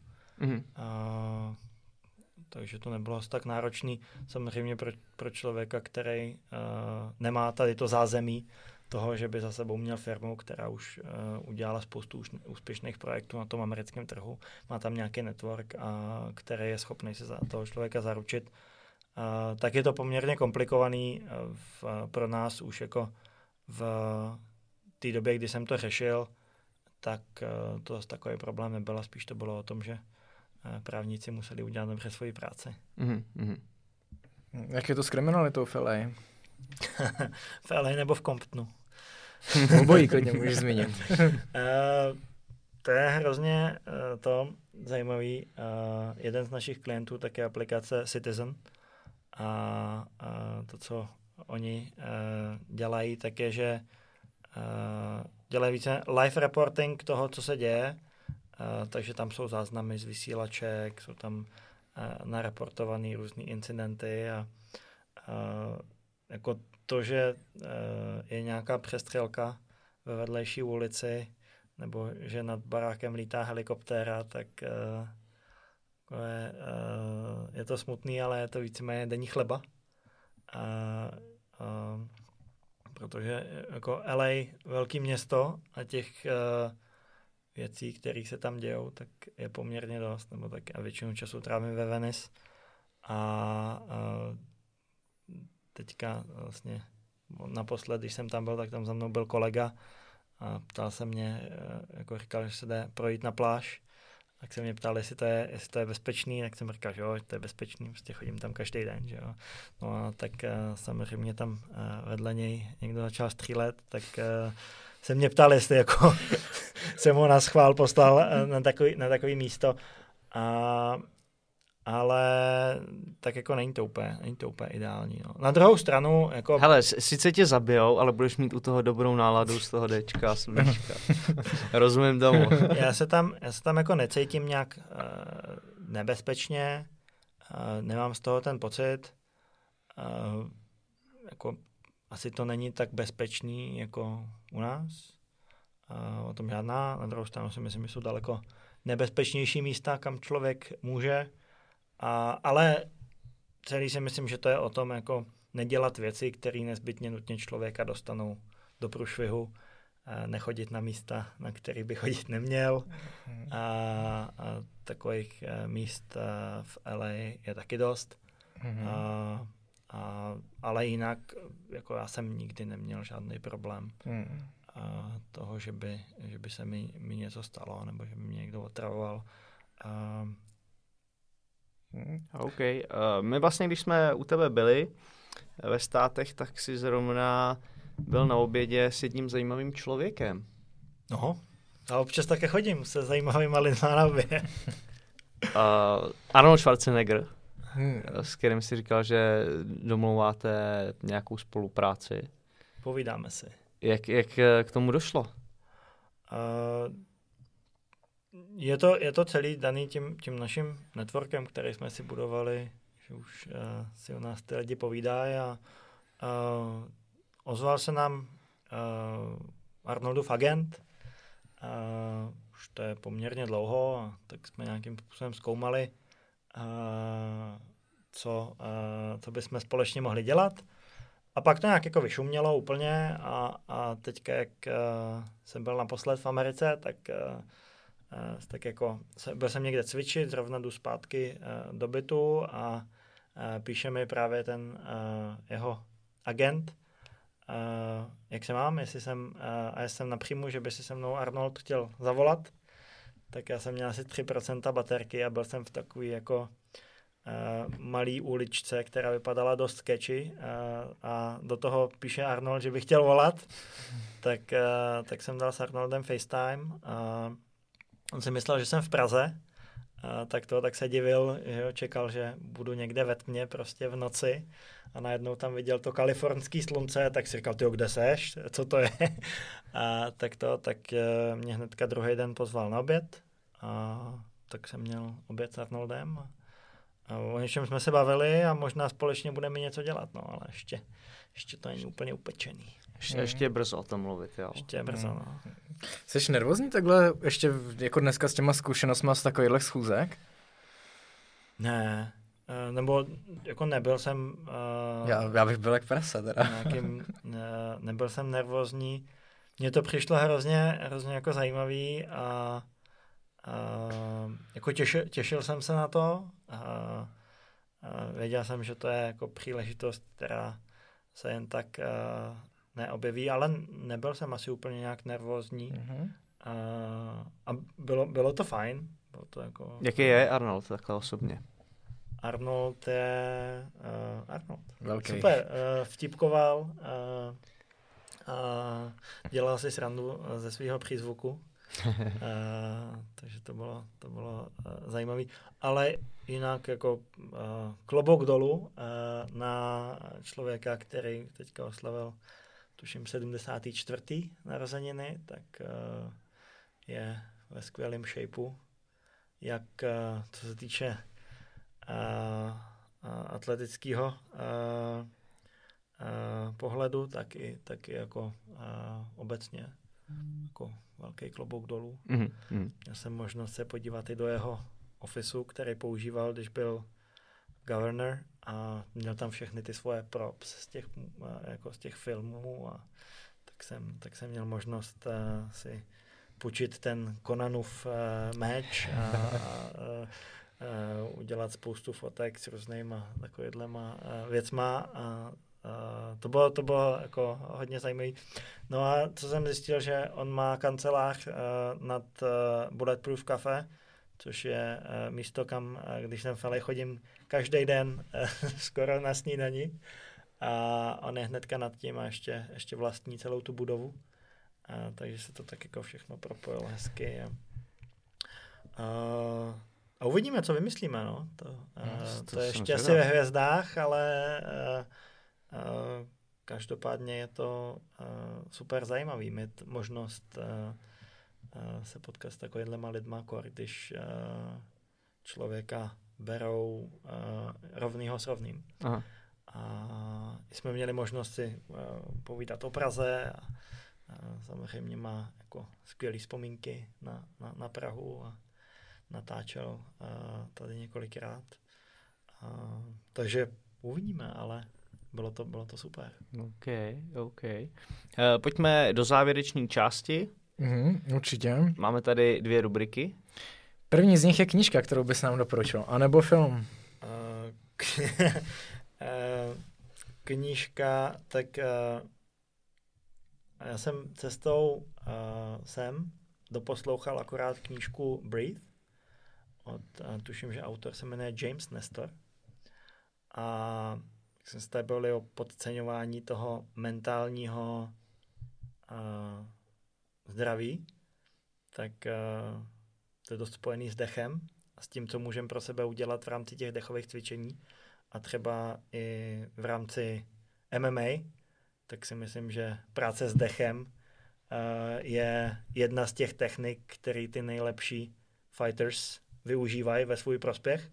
Takže to nebylo tak náročný. Samozřejmě pro člověka, který nemá tady to zázemí toho, že by za sebou měl firmu, která už udělala spoustu úspěšných projektů na tom americkém trhu. Má tam nějaký network, který je schopný se za toho člověka zaručit. Tak je to poměrně komplikovaný pro nás už jako v té době, kdy jsem to řešil, tak to zase takový problém nebyl. Spíš to bylo o tom, že právníci museli udělat dobře svoji práci. Jak je to s kriminalitou v LA? V LA nebo v Comptonu? Obojí klidně můžeš zmínit. To je hrozně zajímavý. Jeden z našich klientů tak je aplikace Citizen a to, co oni dělají, tak je, že dělají více live reporting toho, co se děje, takže tam jsou záznamy z vysílaček, jsou tam nareportované různé incidenty a jako to, že je nějaká přestřelka ve vedlejší ulici nebo že nad barákem lítá helikoptéra, tak je to smutný, ale je to víceméně denní chleba. Protože jako LA, velké město a těch věcí, které se tam dějou, tak je poměrně dost, nebo tak a většinu času trávím ve Venice a teďka vlastně naposled, když jsem tam byl, tak tam za mnou byl kolega a ptal se mě, jako říkal, že se jde projít na pláž, tak se mě ptal, jestli to je bezpečný, tak jsem říkal, že jo, to je bezpečný, prostě chodím tam každý den, že jo. No a tak samozřejmě tam vedle něj někdo začal střílet, tak se mě ptal, jestli jako jsem ho na schvál poslal na takový místo, ale tak jako není to úplně ideální. No. Na druhou stranu, jako... Hele, sice tě zabijou, ale budeš mít u toho dobrou náladu z toho Dčka a sluníčka. Rozumím tomu. Já se tam jako necítím nějak nebezpečně, nemám z toho ten pocit, jako asi to není tak bezpečný jako u nás, o tom žádná. Na druhou stranu si myslím, že jsou daleko nebezpečnější místa, kam člověk může, ale celý si myslím, že to je o tom, jako nedělat věci, které nezbytně nutně člověka dostanou do průšvihu, nechodit na místa, na které by chodit neměl. A takových míst v LA je taky dost. Ale jinak, jako já jsem nikdy neměl žádný problém toho, že by se mi něco stalo, nebo že by mě někdo otravoval. OK. My vlastně, když jsme u tebe byli ve Státech, tak si zrovna byl na obědě s jedním zajímavým člověkem. No, a občas také chodím se zajímavýma lidma na oběd. Arnold Schwarzenegger, s kterým si říkal, že domlouváte nějakou spolupráci. Povídáme si. Jak k tomu došlo? Je to celý daný tím naším networkem, který jsme si budovali, že už si o nás ty lidi povídají a ozval se nám Arnoldův agent, už to je poměrně dlouho, a tak jsme nějakým způsobem zkoumali, co bychom společně mohli dělat. A pak to nějak jako vyšumělo úplně a teďka, jak jsem byl naposled v Americe, tak jako byl jsem někde cvičit, zrovna jdu zpátky do bytu a píše mi právě ten jeho agent, jak se mám, jestli jsem napříjmu, že by si se mnou Arnold chtěl zavolat, tak já jsem měl asi 3% baterky a byl jsem v takový jako malý uličce, která vypadala dost sketchy a do toho píše Arnold, že by chtěl volat, tak jsem dal s Arnoldem FaceTime a on si myslel, že jsem v Praze, tak se divil, že jo, čekal, že budu někde ve tmě prostě v noci a najednou tam viděl to kalifornský slunce, tak si říkal, tyjo, kde seš, co to je? Tak mě hnedka druhý den pozval na oběd a tak jsem měl oběd s Arnoldem a o něčem jsme se bavili a možná společně budeme něco dělat, no, ale ještě to není úplně upečený. Ještě je brzo o tom mluvit, jo. Ještě je brzo, no. Jsi nervózní takhle ještě jako dneska s těma zkušenostma z takovýchhle schůzek? Ne, nebo jako nebyl jsem... Já bych byl jak prasa teda. Nebyl jsem nervózní. Mně to přišlo hrozně jako zajímavý a jako těšil jsem se na to a věděl jsem, že to je jako příležitost, která se jen tak neobjeví, ale nebyl jsem asi úplně nějak nervózní. A bylo to fajn. Bylo to jako, jaký je Arnold takhle osobně? Arnold je Arnold. Velký. Super, vtipkoval, dělal si srandu ze svého přízvuku, takže to bylo zajímavé. Ale jinak jako klobouk dolů na člověka, který teďka oslavil tuším 74. narozeniny, tak je ve skvělém shapeu, jak co se týče atletického pohledu, tak i jako obecně jako velký klobouk dolů. Měl jsem možnost se podívat i do jeho ofisu, který používal, když byl governor a měl tam všechny ty svoje props z těch filmů a tak jsem měl možnost si půjčit ten Conanův meč a udělat spoustu fotek s různýma takovýhlema věcma a to bylo jako hodně zajímavý. No a co jsem zjistil, že on má kancelář nad Bulletproof Cafe, což je místo, kam, když jsem v LA, chodím každý den skoro na snídani. A on je hnedka nad tím a ještě vlastní celou tu budovu. Takže se to tak jako všechno propojilo hezky. A uvidíme, co vymyslíme. No. To je ještě asi ve hvězdách, ale každopádně je to super zajímavý mít možnost se potkat s takovýhlema lidma, když člověka berou rovnýho s rovným. Aha. A jsme měli možnost si povídat o Praze a samozřejmě má jako skvělé vzpomínky na Prahu a natáčel tady několikrát. Takže uvidíme, ale bylo to super. OK. Pojďme do závěrečné části. Určitě. Máme tady 2 rubriky. První z nich je knížka, kterou bys nám doporučil, anebo film. Knížka, tak já jsem cestou sem doposlouchal akorát knížku Breathe, tuším, že autor se jmenuje James Nestor. A jsme se tady bavili o podceňování toho mentálního zdraví, tak to je dost spojený s dechem a s tím, co můžeme pro sebe udělat v rámci těch dechových cvičení a třeba i v rámci MMA, tak si myslím, že práce s dechem je jedna z těch technik, které ty nejlepší fighters využívají ve svůj prospěch.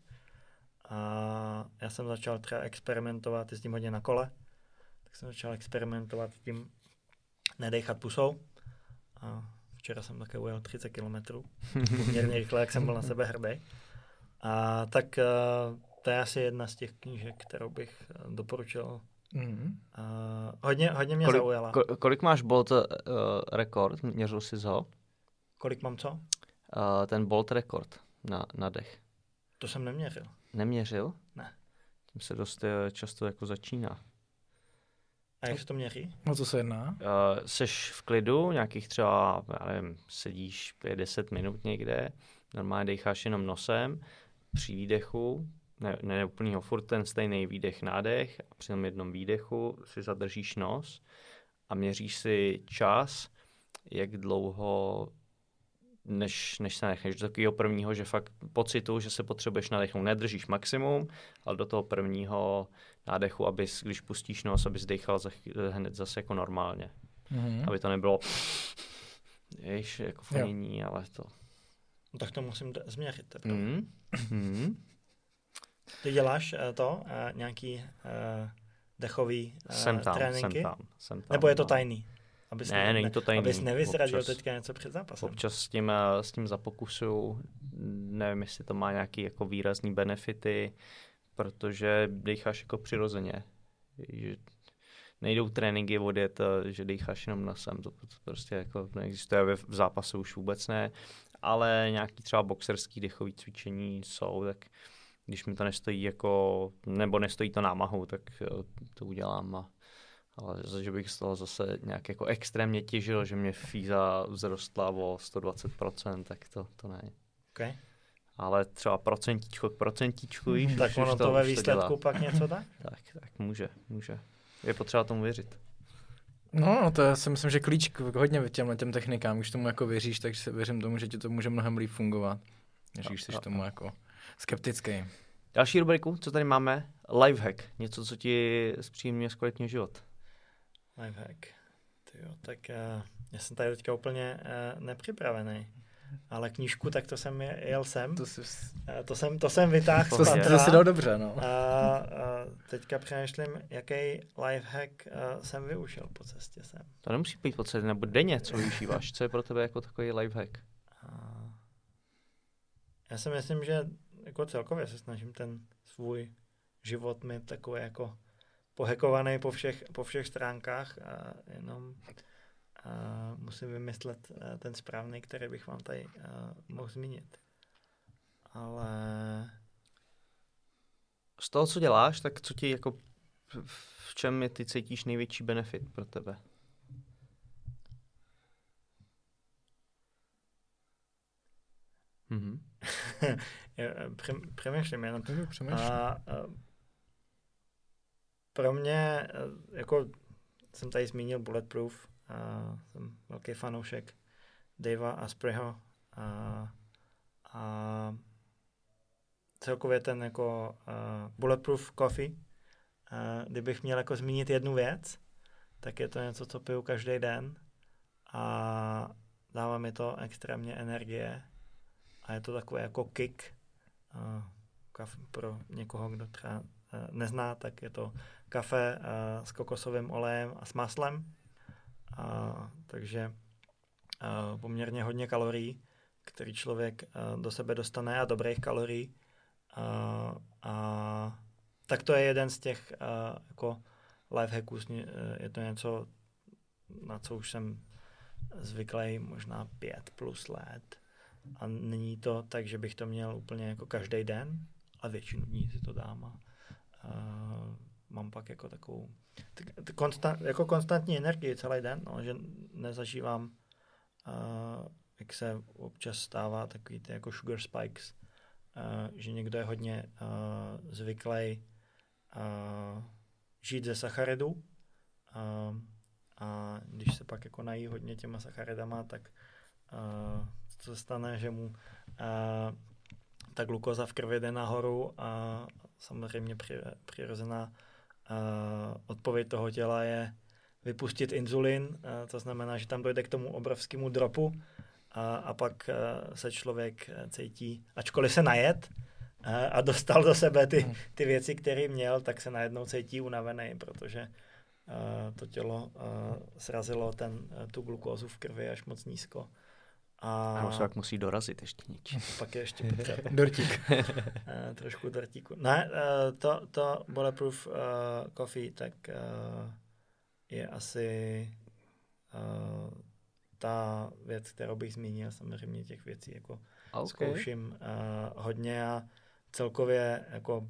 A já jsem začal třeba experimentovat, jezdím hodně na kole, tak jsem začal experimentovat s tím nedejchat pusou. A včera jsem také ujel 30 kilometrů, poměrně rychle, jak jsem byl na sebe hrdý. A tak to je asi jedna z těch knížek, kterou bych doporučil. Hodně mě zaujala. Kolik máš Bolt rekord? Měřil jsi ho? Kolik mám co? Ten Bolt rekord na dech. To jsem neměřil. Neměřil? Ne. Tím se dost často jako začíná. A jak se to měří? No co se jedná? Seš v klidu, nějakých třeba, já nevím, sedíš 5-10 minut někde, normálně decháš jenom nosem, při výdechu, ne úplnýho, furt ten stejný výdech, nádech a při tom jednom výdechu si zadržíš nos a měříš si čas, jak dlouho než se nechneš do takového prvního, že fakt pocitu, že se potřebuješ nadechnout. Nedržíš maximum, ale do toho prvního nádechu, abys, když pustíš nos, abys dechal hned zase jako normálně. Mm-hmm. Aby to nebylo jako fonění, ale to... No, tak to musím změřit. Mm-hmm. Ty děláš nějaký dechový tréninky? Jsem tam. Nebo je to tajný? Není to tajný. Abys nevyzradil teďka něco před zápasem. Občas s tím zapokusuju, nevím, jestli to má nějaký jako výrazný benefity, protože decháš jako přirozeně. Že nejdou tréninky odjet, že decháš jenom nosem, to prostě jako neexistuje v zápase už vůbec ne, ale nějaký třeba boxerský dechový cvičení jsou, tak když mi to nestojí jako, nebo nestojí to námahou, tak to udělám ale že bych z toho zase nějak jako extrémně těžil, že mě fíza vzrostla o 120%, tak to ne. Okay. Ale třeba procentíčko k procentíčku, víš. Tak ono to ve výsledku pak něco dá? Tak může. Je potřeba tomu věřit. No, to já si myslím, že klíč hodně těm technikám, když tomu jako věříš, tak věřím tomu, že ti to může mnohem líp fungovat, než když jsi tomu jako skeptický. Další rubriku, co tady máme? Lifehack. Něco, co ti zpříjemňuje zkvalitňuje život. Lifehack. Tyjo, tak já jsem tady teďka úplně nepřipravený. Ale knížku, tak to jsem jel sem. To jsem vytáhl. To si dal dobře, no. A teďka přemýšlím, jaký lifehack jsem využil po cestě sem. To nemusí být po cestě, nebo denně, co využíváš. Co je pro tebe jako takový lifehack? Já si myslím, že jako celkově se snažím ten svůj život mít takový jako pohekovaný po všech stránkách a jenom musím vymyslet ten správný, který bych vám tady mohl zmínit. Ale z toho, co děláš, tak co ti jako v čem ty cítíš největší benefit pro tebe? Mhm. Přemýšlím jenom. A pro mě, jako jsem tady zmínil Bulletproof, jsem velký fanoušek Davea Aspreyho a celkově ten jako Bulletproof Coffee. Kdybych měl jako zmínit jednu věc, tak je to něco, co piju každý den a dává mi to extrémně energie a je to takové jako kick. Pro někoho, kdo třeba nezná, tak je to kafe s kokosovým olejem a s maslem. Takže poměrně hodně kalorií, který člověk do sebe dostane a dobrých kalorií. Tak to je jeden z těch jako lifehacků. Je to něco, na co už jsem zvyklý možná 5+ let. A není to tak, že bych to měl úplně jako každý den, a většinu dní si to dám. mám pak jako takovou jako konstantní energii celý den, no, že nezažívám, jak se občas stává, takový ty jako sugar spikes, že někdo je hodně zvyklý žít ze sacharidů a když se pak jako nají hodně těma sacharidama, tak to se stane, že mu ta glukoza v krvi jde nahoru a samozřejmě přirozená odpověď toho těla je vypustit inzulin, to znamená, že tam dojde k tomu obrovskému dropu a pak se člověk cítí, ačkoliv se najet a dostal do sebe ty věci, které měl, tak se najednou cítí unavený, protože to tělo srazilo tu glukózu v krvi až moc nízko. A se tak musí dorazit ještě něčím. Pak je ještě potřeba. Dortík. Trošku dortíku. Ne, to Bulletproof Coffee, tak je asi ta věc, kterou bych zmínil. Samozřejmě těch věcí jako zkouším hodně a celkově jako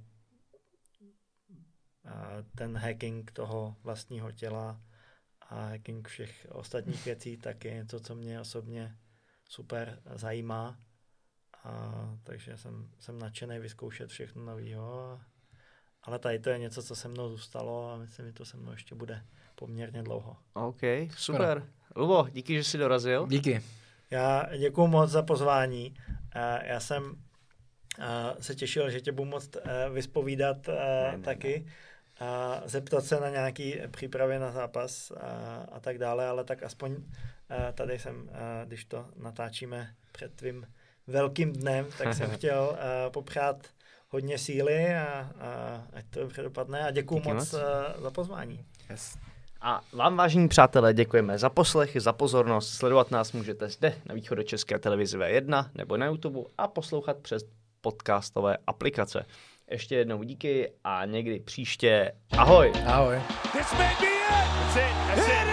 ten hacking toho vlastního těla a hacking všech ostatních věcí, tak je něco, co mě osobně super zajímá. Takže jsem nadšený vyzkoušet všechno nového. Ale tady to je něco, co se mnou zůstalo a myslím, že to se mnou ještě bude poměrně dlouho. OK, super. Lubo, díky, že jsi dorazil. Díky. Já děkuju moc za pozvání. Já jsem se těšil, že tě budu moct vyspovídat taky. A zeptat se na nějaký přípravy na zápas a tak dále, ale tak aspoň tady jsem, když to natáčíme před tvým velkým dnem, tak jsem chtěl popřát hodně síly a ať to dobře dopadne a děkuju moc za pozvání. Yes. A vám, vážení přátelé, děkujeme za poslech, za pozornost. Sledovat nás můžete zde na Východočeské televizi V1 nebo na YouTube a poslouchat přes podcastové aplikace. Ještě jednou díky a někdy příště. Ahoj! Ahoj! This may be it. That's it.